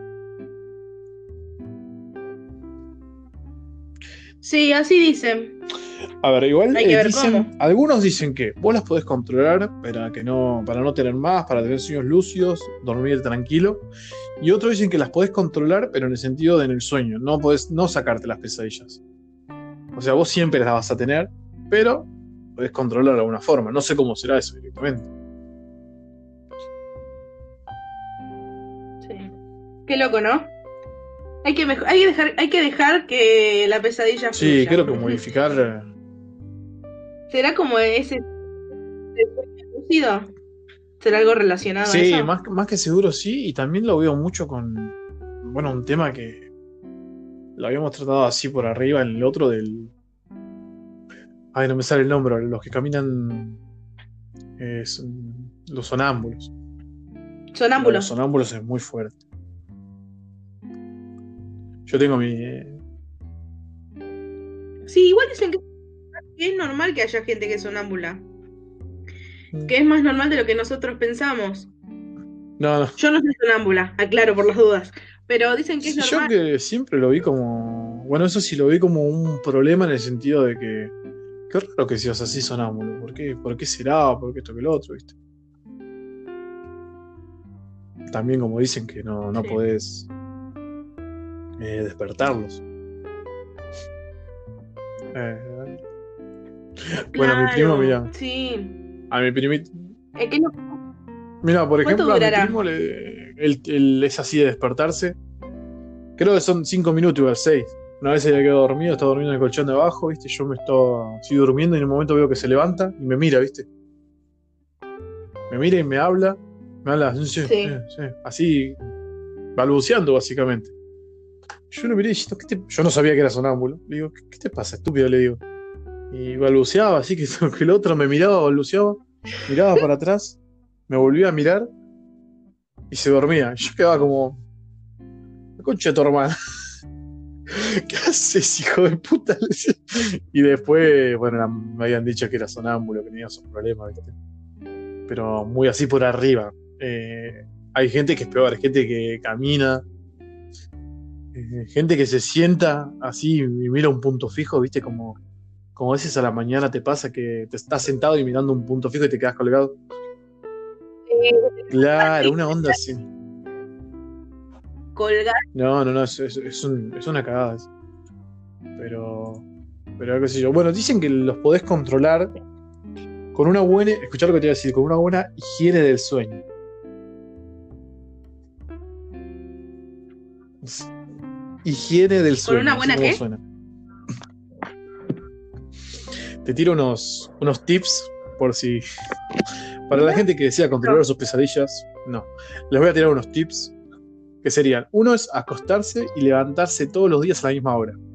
Sí, así dicen. A ver, igual Hay que ver dicen, cómo. algunos dicen que vos las podés controlar para no tener más, para tener sueños lúcidos, dormir tranquilo. Y otros dicen que las podés controlar, pero en el sentido de en el sueño, no podés no sacarte las pesadillas. O sea, vos siempre las vas a tener, pero podés controlar de alguna forma. No sé cómo será eso directamente. Sí. Qué loco, ¿no? Hay que dejar que la pesadilla Sí, fluya. creo que modificar. ¿Será como ese sueño lúcido? ¿Será algo relacionado a Sí, eso? más que seguro sí, y también lo veo mucho con, bueno, un tema que lo habíamos tratado así por arriba en el otro del... Ay, no me sale el nombre, los que caminan, los sonámbulos. Los Sonámbulos. sonámbulos es muy fuerte. Yo tengo mi... Sí, igual dicen que es normal que haya gente que es sonámbula. Que es más normal de lo que nosotros pensamos. No. Yo no soy sonámbula, aclaro por las dudas. Pero dicen que es Sí, yo normal. que siempre lo vi como... Bueno, eso sí lo vi como un problema en el sentido de que... Qué raro que seas así sonámbulo. ¿Por qué será? ¿Por qué esto que lo otro? ¿Viste? También como dicen que no Sí. podés despertarlos. Bueno, a mi primo, mira. Sí. A mi primito. Es que no. Mira, por ejemplo, a mi durará? primo él es así de despertarse. Creo que son 5 minutos, igual 6. Una vez se le quedó dormido, está durmiendo en el colchón de abajo, ¿viste? Yo sigo durmiendo y en un momento veo que se levanta y me mira, ¿viste? Me mira y me habla sí, así, balbuceando básicamente. Yo lo miré diciendo, yo no sabía que era sonámbulo. Le digo, ¿qué te pasa, estúpido? Le digo. Y balbuceaba, así que el otro me miraba, balbuceaba, miraba para atrás, me volvía a mirar y se dormía. Yo quedaba como, concha de tu hermana. ¿Qué haces, hijo de puta? Y después, bueno, me habían dicho que era sonámbulo, que tenía esos problemas, ¿viste? Pero muy así por arriba. Hay gente que es peor, hay gente que camina, gente que se sienta así y mira un punto fijo, ¿viste? Como a veces a la mañana te pasa que te estás sentado y mirando un punto fijo y te quedas colgado. Claro, una onda así. Colgar. No, es una cagada eso. Pero qué sé yo. Bueno, dicen que los podés controlar con una buena, escuchá lo que te voy a decir, con una buena higiene del sueño. Higiene del sueño. ¿Con una buena qué? Suena. Te tiro unos tips por si... Para la gente que desea controlar sus pesadillas, no. Les voy a tirar unos tips que serían: uno es acostarse y levantarse todos los días a la misma hora.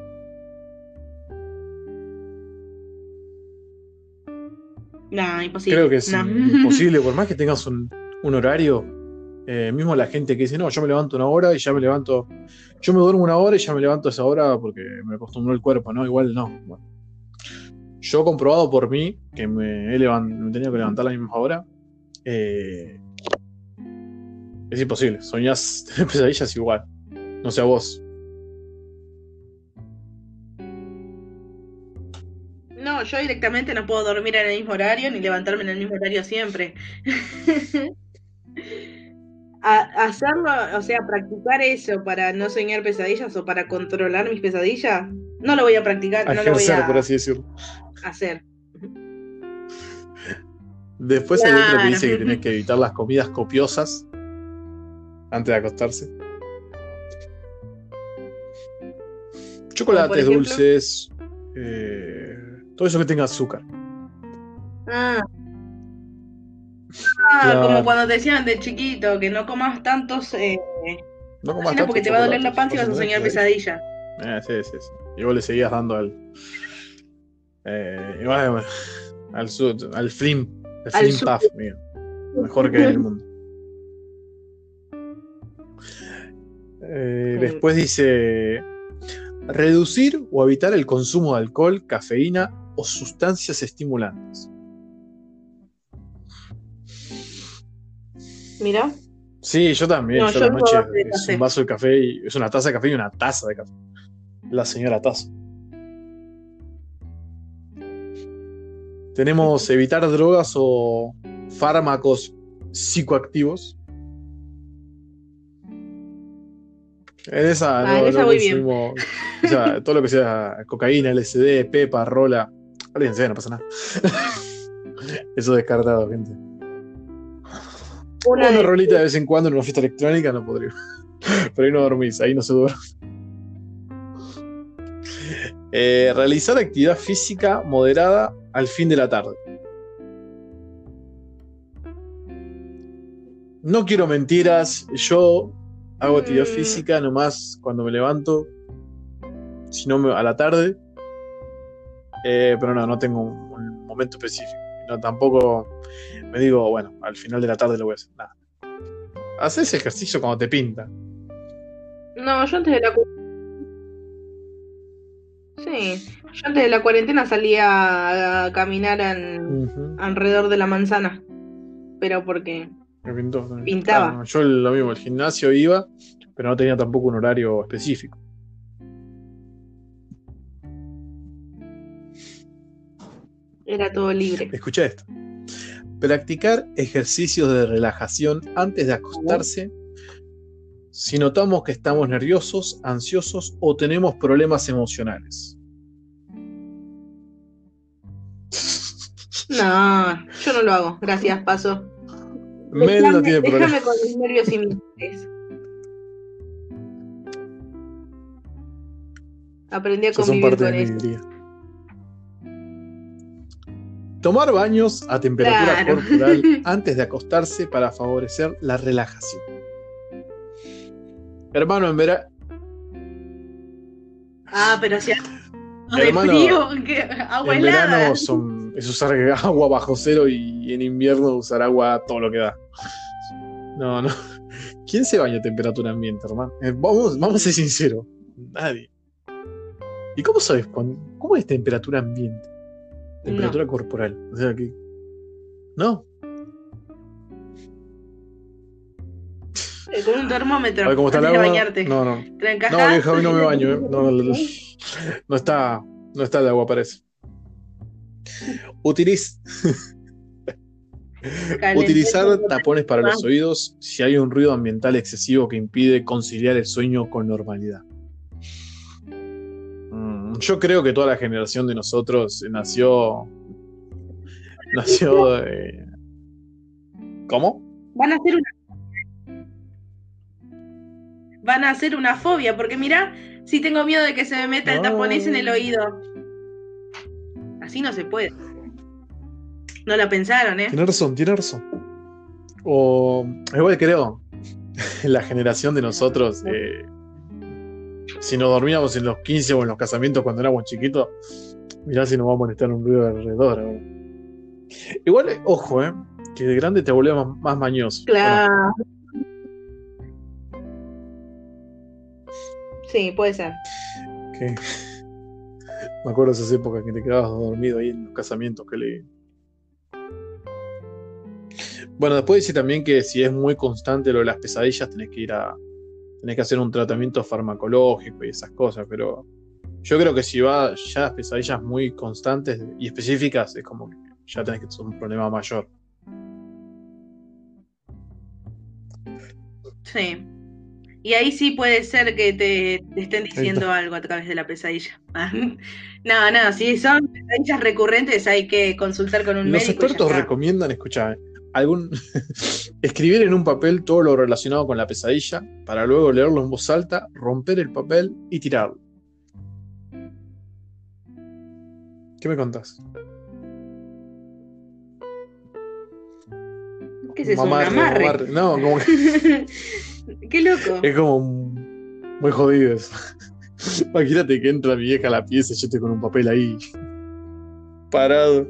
No, imposible. Creo que es No. imposible, por más que tengas un horario. Mismo la gente que dice, no, yo me levanto una hora y ya me levanto. Yo me duermo una hora y ya me levanto a esa hora porque me acostumbró el cuerpo, ¿no? Igual no. Bueno. Yo he comprobado por mí que me tenía que levantar a la misma hora. Es imposible. Soñás, tenés pesadillas igual. No sé a vos. No, yo directamente no puedo dormir en el mismo horario ni levantarme en el mismo horario siempre. Hacerlo, o sea, practicar eso para no soñar pesadillas o para controlar mis pesadillas, no lo voy a practicar, no lo voy Ejercer, a por así decirlo. hacer. Después hay otro que dice que Claro. tenés que evitar las comidas copiosas antes de acostarse. Chocolates, ejemplo? dulces, todo eso que tenga azúcar. Ah, Claro. como cuando te decían de chiquito que no comas tantos No comas porque tanto te va a doler la chocolate, panza y vas a tener soñar pesadilla. Sí, sí, sí. Y vos le seguías dando igual, al Flim. El Al Flim su- Puff, mira. Mejor que hay en el mundo. Sí. Después dice: reducir o evitar el consumo de alcohol, cafeína o sustancias estimulantes. Mira. Sí, yo también. No, Yo yo a la vivo noche a base de es café. un vaso de café y es una taza de café y una taza de café. La señora taza. Tenemos evitar drogas o fármacos psicoactivos. En esa Ah, en esa no voy bien. consumimos. O sea, todo lo que sea cocaína, LSD, pepa, rola. Olvídense, no pasa nada. Eso descartado, gente. Una de- rolita de vez en cuando en una fiesta electrónica no podría. Pero ahí no dormís, ahí no se duerme. Realizar actividad física moderada al fin de la tarde. No quiero mentiras, yo hago actividad física nomás cuando me levanto, si no a la tarde, pero no tengo un momento específico. No, tampoco me digo, bueno, al final de la tarde lo voy a hacer. Nada. Haces ejercicio cuando te pinta. No, yo antes de la Sí, yo antes de la cuarentena salía a caminar alrededor de la manzana, pero porque Me pintó también. pintaba. Claro, yo lo mismo, el gimnasio iba, pero no tenía tampoco un horario específico. Era todo libre. Escucha esto. Practicar ejercicios de relajación antes de acostarse si notamos que estamos nerviosos, ansiosos o tenemos problemas emocionales. No, yo no lo hago. Gracias, paso. Mel no tiene problema. Déjame con mis nervios y mis estrés. Aprendí a Ya son convivir parte con de eso. mi día. Tomar baños a temperatura Claro. corporal antes de acostarse para favorecer la relajación. Hermano, en verano. Ah, pero si de Hermano, frío, que agua en helada. verano es usar agua bajo cero y en invierno usar agua todo lo que da. No. ¿Quién se baña a temperatura ambiente, hermano? Vamos a ser sinceros. Nadie. ¿Y cómo sabes cómo es temperatura ambiente? Temperatura corporal. O sea que. No. Con un termómetro. A ver cómo está el antes de agua. bañarte. No. Te la No, encajás. vieja, hoy no me baño. No está el agua, parece. Utilizar tapones para los oídos si hay un ruido ambiental excesivo que impide conciliar el sueño con normalidad. Yo creo que toda la generación de nosotros nació. ¿Cómo? Van a hacer una fobia, porque mirá, si tengo miedo de que se me meta el taponés en el oído. Así no se puede. No la pensaron, ¿eh? Tiene razón. O igual creo, la generación de nosotros, si nos dormíamos en los 15 o en los casamientos cuando éramos chiquitos, mirá si nos va a molestar un ruido alrededor ahora. Igual, ojo, que de grande te volvés más mañoso. Claro. Sí, puede ser. ¿Qué? Me acuerdo de esas épocas que te quedabas dormido ahí en los casamientos que leí. Bueno, después dice también que si es muy constante lo de las pesadillas, tenés que hacer un tratamiento farmacológico y esas cosas, pero yo creo que si va ya las pesadillas muy constantes y específicas, es como que ya tenés que tener un problema mayor. Sí. Y ahí sí puede ser que te estén diciendo algo a través de la pesadilla. No, si son pesadillas recurrentes hay que consultar con un Los médico. expertos recomiendan, escuchar escribir en un papel todo lo relacionado con la pesadilla para luego leerlo en voz alta, romper el papel y tirarlo. ¿Qué me contás? ¿Qué es eso? ¿Un amarre? No, como que Qué loco. es como muy jodido eso. Imagínate que entra mi vieja a la pieza y yo estoy con un papel ahí parado.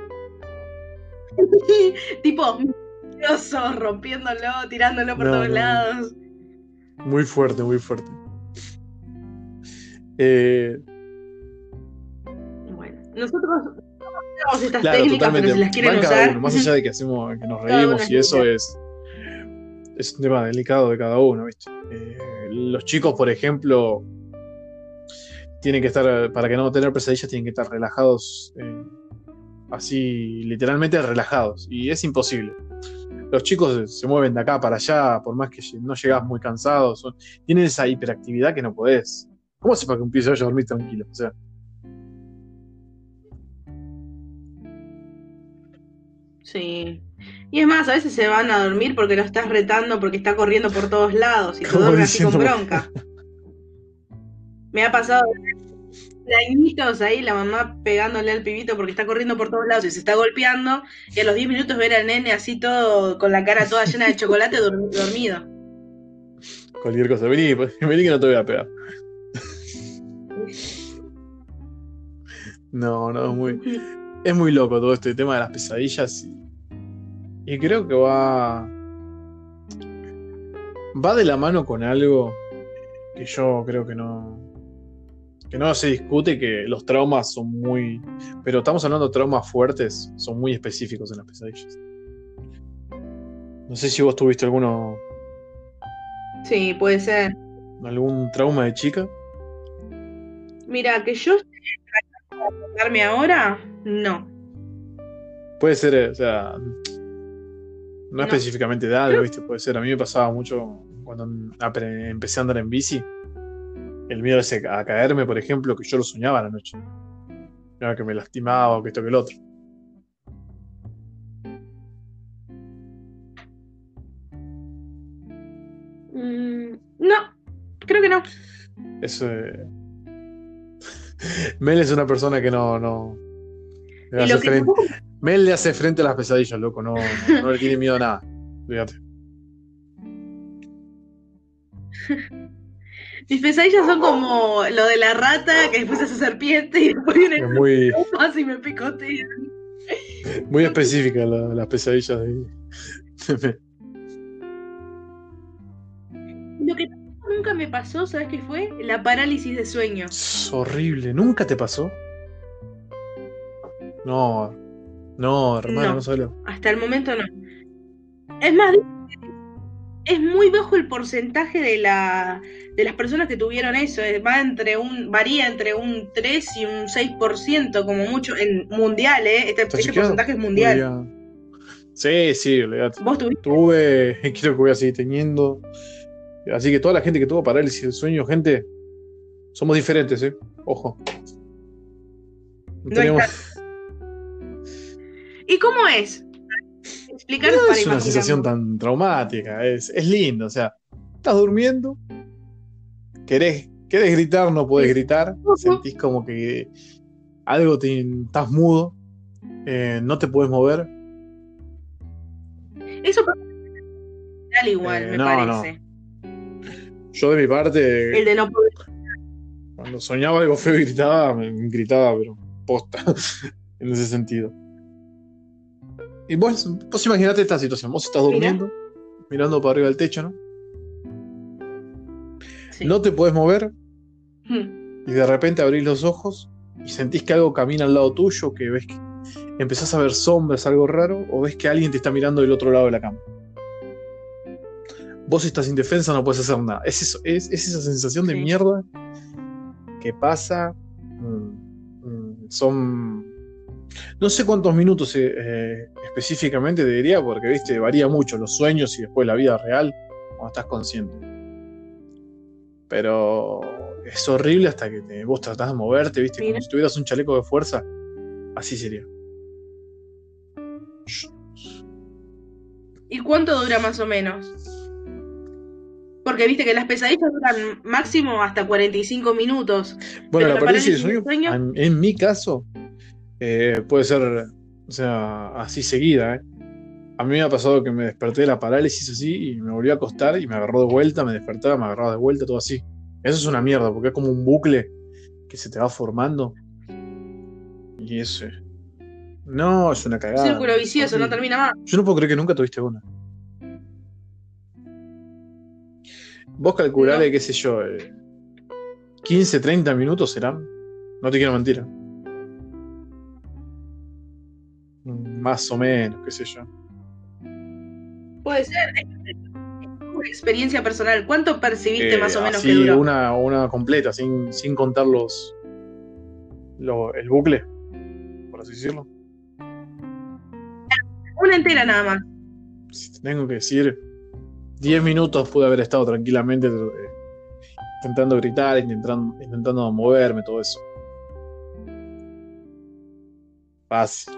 Tipo, oso, rompiéndolo, tirándolo por No, todos no. lados. Muy fuerte, muy fuerte. Bueno, nosotros tenemos estas Claro, técnicas, totalmente. pero si las quieren Van cada usar, uno. Más allá de que hacemos, que nos cada uno reímos es y eso libre. es un tema delicado de cada uno, ¿viste? Los chicos, por ejemplo, tienen que estar, para que no tener pesadillas, tienen que estar relajados, así, literalmente relajados. Y es imposible. Los chicos se mueven de acá para allá, por más que no llegás muy cansados. Tienen esa hiperactividad que no podés. ¿Cómo se para que un pibe se vaya a dormir tranquilo? O sea, Sí. Y es más, a veces se van a dormir porque lo estás retando porque está corriendo por todos lados y te como duerme así con diciendo, bronca. Me ha pasado de añitos ahí, la mamá pegándole al pibito porque está corriendo por todos lados y se está golpeando, y a los 10 minutos ver al nene así todo, con la cara toda llena de chocolate dormido. cualquier cosa. Vení que no te voy a pegar. No, es muy loco todo este tema de las pesadillas y creo que va de la mano con algo que yo creo que no se discute, que los traumas son muy, pero estamos hablando de traumas fuertes, son muy específicos en las pesadillas. No sé si vos tuviste algún Sí, puede ser. trauma de chica. Mira, que yo darme ahora, no. Puede ser, o sea, no No. específicamente de algo, ¿viste? Puede ser. A mí me pasaba mucho cuando empecé a andar en bici. El miedo ese a caerme, por ejemplo, que yo lo soñaba a la noche. Era que me lastimaba o que esto que el otro. No, creo que no. Eso, Mel es una persona que no le Y hace lo que frente. Mel le hace frente a las pesadillas, loco. No le tiene miedo a nada. Fíjate. mis pesadillas son como lo de la rata que después se hace serpiente y después viene Es muy, y me picotea. muy específica las pesadillas de Lo que nunca me pasó, ¿sabes qué fue? La parálisis de sueño. Es horrible. ¿Nunca te pasó? No, hermano, no sabes. Hasta el momento no. Es más, es muy bajo el porcentaje de las personas que tuvieron eso. Varía entre un 3 y un 6% como mucho en mundial, ¿eh? Este porcentaje es mundial. Sí, olvidate. ¿Vos tuviste? Tuve, creo que voy a seguir teniendo. Así que toda la gente que tuvo parálisis del sueño, gente, somos diferentes, ¿eh? Ojo. No ¿Y cómo es? Explicaros para es una sensación tan traumática, es lindo, o sea, estás durmiendo, querés gritar, no podés gritar, sentís como que algo estás mudo, no te podés mover. Eso al igual, me parece. No. Yo de mi parte, el de no poder. Cuando soñaba algo feo y gritaba, pero posta, en ese sentido. Y vos imaginate esta situación. Vos estás durmiendo, mirando para arriba del techo, ¿no? Sí. No te podés mover y de repente abrís los ojos y sentís que algo camina al lado tuyo, que ves que empezás a ver sombras, algo raro, o ves que alguien te está mirando del otro lado de la cama. Vos estás indefensa, no puedes hacer nada. Es esa sensación de mierda que pasa. Son... No sé cuántos minutos específicamente te diría, porque viste, varía mucho los sueños y después la vida real cuando estás consciente. Pero es horrible hasta que vos tratás de moverte, viste, como si tuvieras un chaleco de fuerza. Así sería. ¿Y cuánto dura más o menos? Porque viste que las pesadillas duran máximo hasta 45 minutos. Bueno, la parálisis de sueño, en mi caso, puede ser, o sea, así seguida. A mí me ha pasado que me desperté de la parálisis así y me volví a acostar y me agarró de vuelta, me despertaba, me agarraba de vuelta, todo así. Eso es una mierda, porque es como un bucle que se te va formando. Y ese. No, es una cagada. Círculo vicioso, no termina más. Yo no puedo creer que nunca tuviste una. Vos calculale, No. qué sé yo, 15, 30 minutos serán. No te quiero mentir. Más o menos, qué sé yo. Puede ser. Es una experiencia personal. ¿Cuánto percibiste más o menos Así, que duró? una completa, sin contar el bucle, por así decirlo. Una entera nada más. Si te tengo que decir, 10 minutos pude haber estado tranquilamente intentando gritar, intentando moverme, todo eso. Fácil.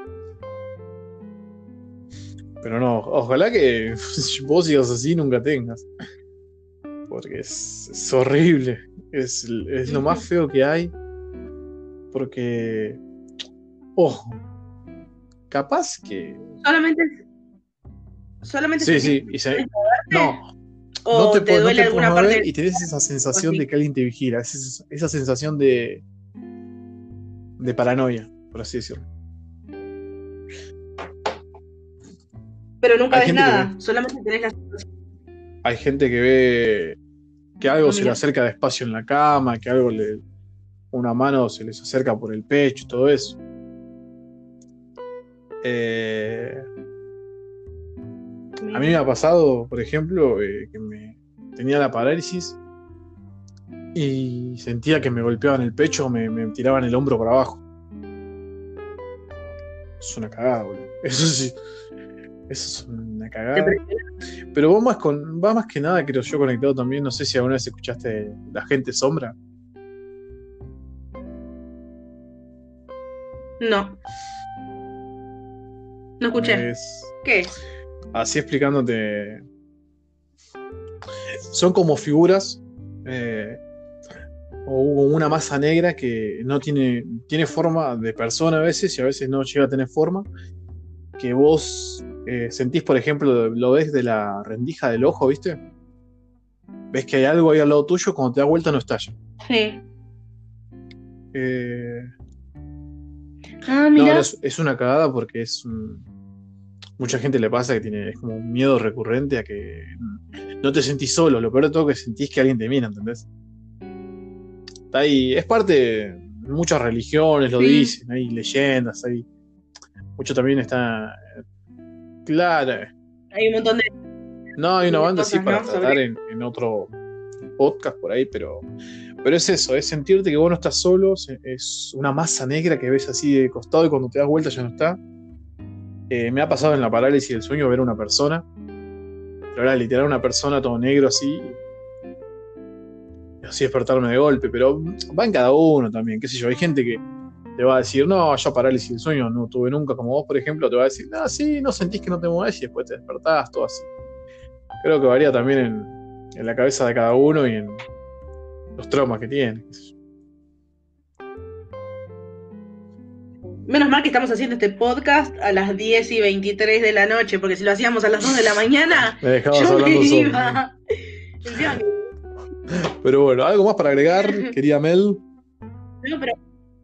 Pero no, ojalá que vos sigas así nunca tengas. Porque es horrible. Es lo más feo que hay. Porque, ojo, capaz que... Solamente Sí, sentís sí. No, o no te te duele puedes alguna mover parte. y tenés esa sensación así. de que alguien te vigila. Esa sensación de paranoia, por así decirlo. Pero nunca Hay ves gente que nada. Solamente tenés la sensación. Hay gente que ve que algo se le Mira. acerca despacio en la cama, que algo una mano se les acerca por el pecho, todo eso. A mí me ha pasado, por ejemplo, que tenía la parálisis y sentía que me golpeaban el pecho o me tiraban el hombro para abajo. Es una cagada, boludo. Eso sí, eso es una cagada. Pero va más que nada, creo yo, conectado también. No sé si alguna vez escuchaste La Gente Sombra. No. No escuché. ¿Qué es? Así explicándote. Son como figuras o una masa negra que no tiene forma de persona a veces y a veces no llega a tener forma. Que vos sentís, por ejemplo, lo ves de la rendija del ojo, ¿viste? Ves que hay algo ahí al lado tuyo, cuando te das vuelta no estalla. Sí. No, Mira. es una cagada porque mucha gente le pasa que es como un miedo recurrente a que no te sentís solo. Lo peor de todo es que sentís que alguien te mira, ¿entendés? Está ahí, es parte de muchas religiones, lo dicen, hay leyendas, hay mucho también está claro. Hay un montón de... No, hay una banda cosas, así para ¿no? tratar en otro podcast por ahí, pero es eso, es sentirte que vos no estás solo, es una masa negra que ves así de costado y cuando te das vuelta ya no está. Me ha pasado en la parálisis del sueño ver a una persona, pero era literal una persona todo negro así, y así despertarme de golpe, pero va en cada uno también, qué sé yo, hay gente que te va a decir, no, yo parálisis del sueño no tuve nunca, como vos por ejemplo, te va a decir, no, sí, no sentís que no te mueves y después te despertás, todo así. Creo que varía también en la cabeza de cada uno y en los traumas que tiene. Menos mal que estamos haciendo este podcast a las 10:23 de la noche, porque si lo hacíamos a las 2 de la mañana, me dejabas yo hablando me solo. iba. Pero bueno, ¿algo más para agregar, querida Mel? No, pero...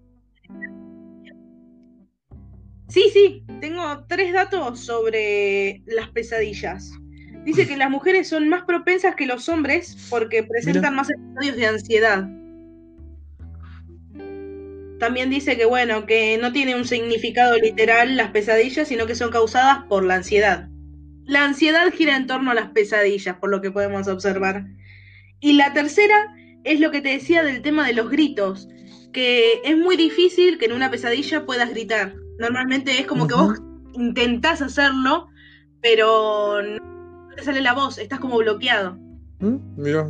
Sí, tengo 3 datos sobre las pesadillas. Dice que las mujeres son más propensas que los hombres porque presentan más episodios de ansiedad. También dice que, bueno, que no tiene un significado literal las pesadillas, sino que son causadas por la ansiedad. La ansiedad gira en torno a las pesadillas, por lo que podemos observar. Y la tercera es lo que te decía del tema de los gritos, que es muy difícil que en una pesadilla puedas gritar. Normalmente es como que vos intentás hacerlo, pero no te sale la voz, estás como bloqueado. Mira.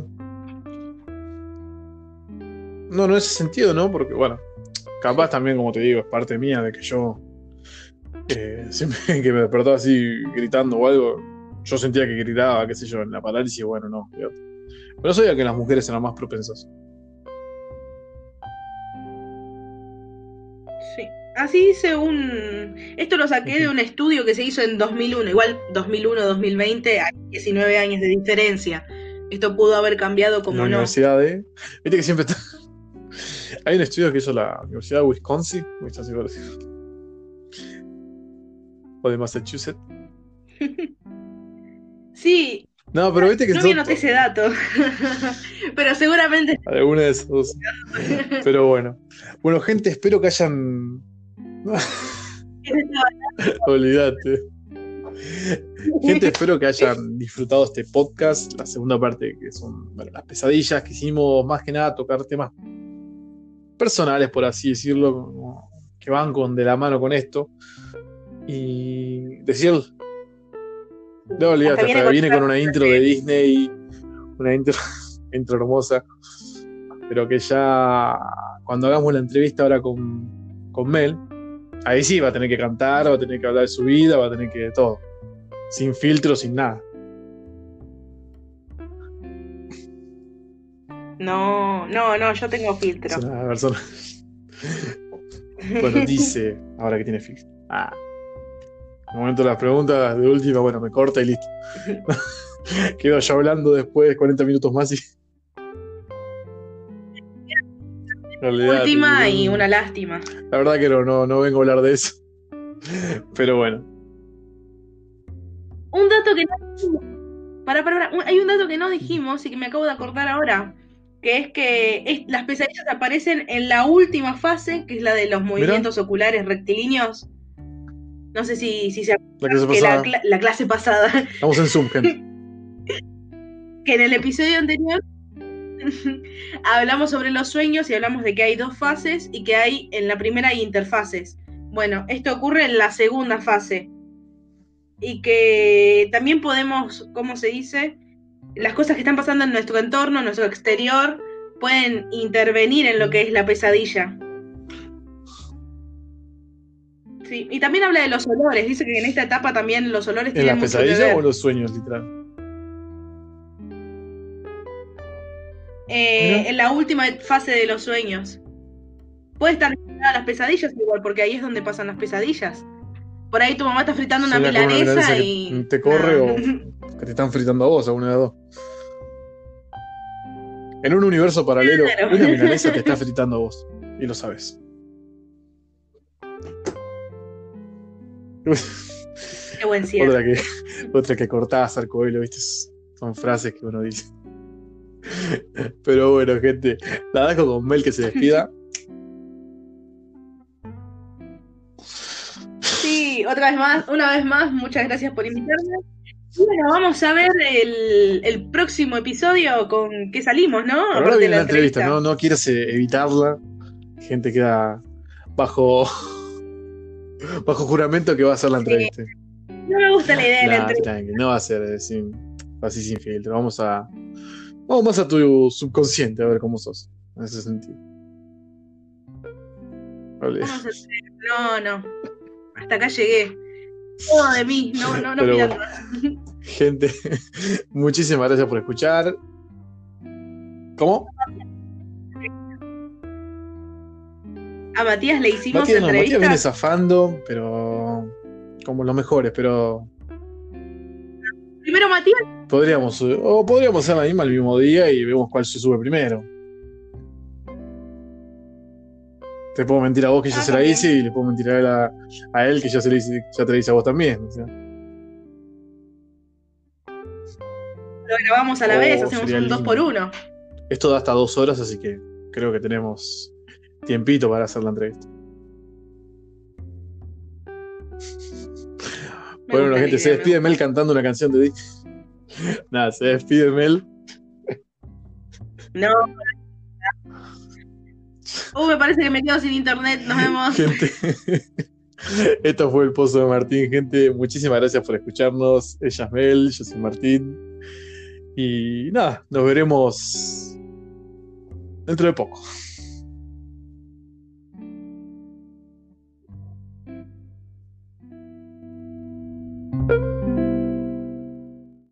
No, en ese sentido, ¿no? Porque, bueno, capaz también, como te digo, es parte mía de que yo siempre que me despertaba así gritando o algo, yo sentía que gritaba, qué sé yo, en la parálisis, bueno, no. Pero sabía que las mujeres eran más propensas. Sí. Así dice esto lo saqué de un estudio que se hizo en 2001, igual 2001-2020 hay 19 años de diferencia, Esto pudo haber cambiado En como la no. universidad de. Viste que siempre está. Hay un estudio que hizo la Universidad de Wisconsin, o de Massachusetts. Sí, No, pero viste que no son me anoté ese dato. Pero seguramente. alguna de esas dos. Pero bueno. Bueno, gente, espero que hayan. Olvídate. Gente, espero que hayan disfrutado este podcast. La segunda parte, que son las pesadillas, que hicimos más que nada tocar temas personales, por así decirlo, como que van de la mano con esto. Y decir. No, olvídate, hasta viene con una intro de Disney, una intro hermosa. Pero que ya cuando hagamos la entrevista ahora con Mel, ahí sí va a tener que cantar, va a tener que hablar de su vida, va a tener que todo. Sin filtro, sin nada. No, yo tengo filtro. Es una persona. Bueno, dice, ahora que tiene filtro. En el momento de las preguntas, de última, bueno, me corta y listo. Quedo yo hablando después 40 minutos más y. Última y una lástima. La verdad que no vengo a hablar de eso. Pero bueno. Un dato que no dijimos. Hay un dato que no dijimos y que me acabo de acordar ahora. Que es que las pesadillas aparecen en la última fase, que es la de los movimientos oculares rectilíneos. No sé si se acuerdan que la clase pasada. Estamos en Zoom, gente. Que en el episodio anterior hablamos sobre los sueños y hablamos de que hay 2 fases y que en la primera hay interfases. Bueno, esto ocurre en la segunda fase. Y que también podemos, ¿cómo se dice? Las cosas que están pasando en nuestro entorno, en nuestro exterior, pueden intervenir en lo que es la pesadilla. Sí, y también habla de los olores. Dice que en esta etapa también los olores tienen mucho que ver. ¿En la pesadilla o los sueños, literal? En la última fase de los sueños. Puede estar relacionada a las pesadillas igual, porque ahí es donde pasan las pesadillas. Por ahí tu mamá está fritando una milanesa y... ¿Te corre o que te están fritando a vos, a una de las dos? En un universo paralelo, claro. Una milanesa te está fritando a vos. Y lo sabes. Qué buen cierre. Otra que cortás, Arcoello, ¿viste? Son frases que uno dice. Pero bueno, gente, la dejo con Mel que se despida. Sí, una vez más, muchas gracias por invitarme. Y bueno, vamos a ver el próximo episodio con qué salimos, ¿no? Ahora viene la entrevista, no quieras evitarla. Gente queda bajo juramento que va a ser la entrevista. No me gusta la idea de la entrevista. No va a ser así sin filtro. Vamos más a tu subconsciente a ver cómo sos en ese sentido. Vale. No. Hasta acá llegué. Todo de mí, no pidan más. Gente, muchísimas gracias por escuchar. ¿Cómo? A Matías le hicimos Matías entrevista. viene zafando, pero como los mejores, pero Primero Matías. podríamos hacer la misma el mismo día y vemos cuál se sube primero. Te puedo mentir a vos que ya se la hice y le puedo mentir a él que ya te la hice a vos también. O sea. Lo grabamos a la vez, hacemos un 2x1. Esto da hasta 2 horas, así que creo que tenemos tiempito para hacer la entrevista. Bueno, la gente se despide Mel cantando una canción de Disney. Nada, se despide Mel. No. Me parece que me quedo sin internet. Nos vemos. Gente, esto fue el Pozo de Martín, gente. Muchísimas gracias por escucharnos. Ella es Mel, yo soy Martín. Y nada, nos veremos dentro de poco.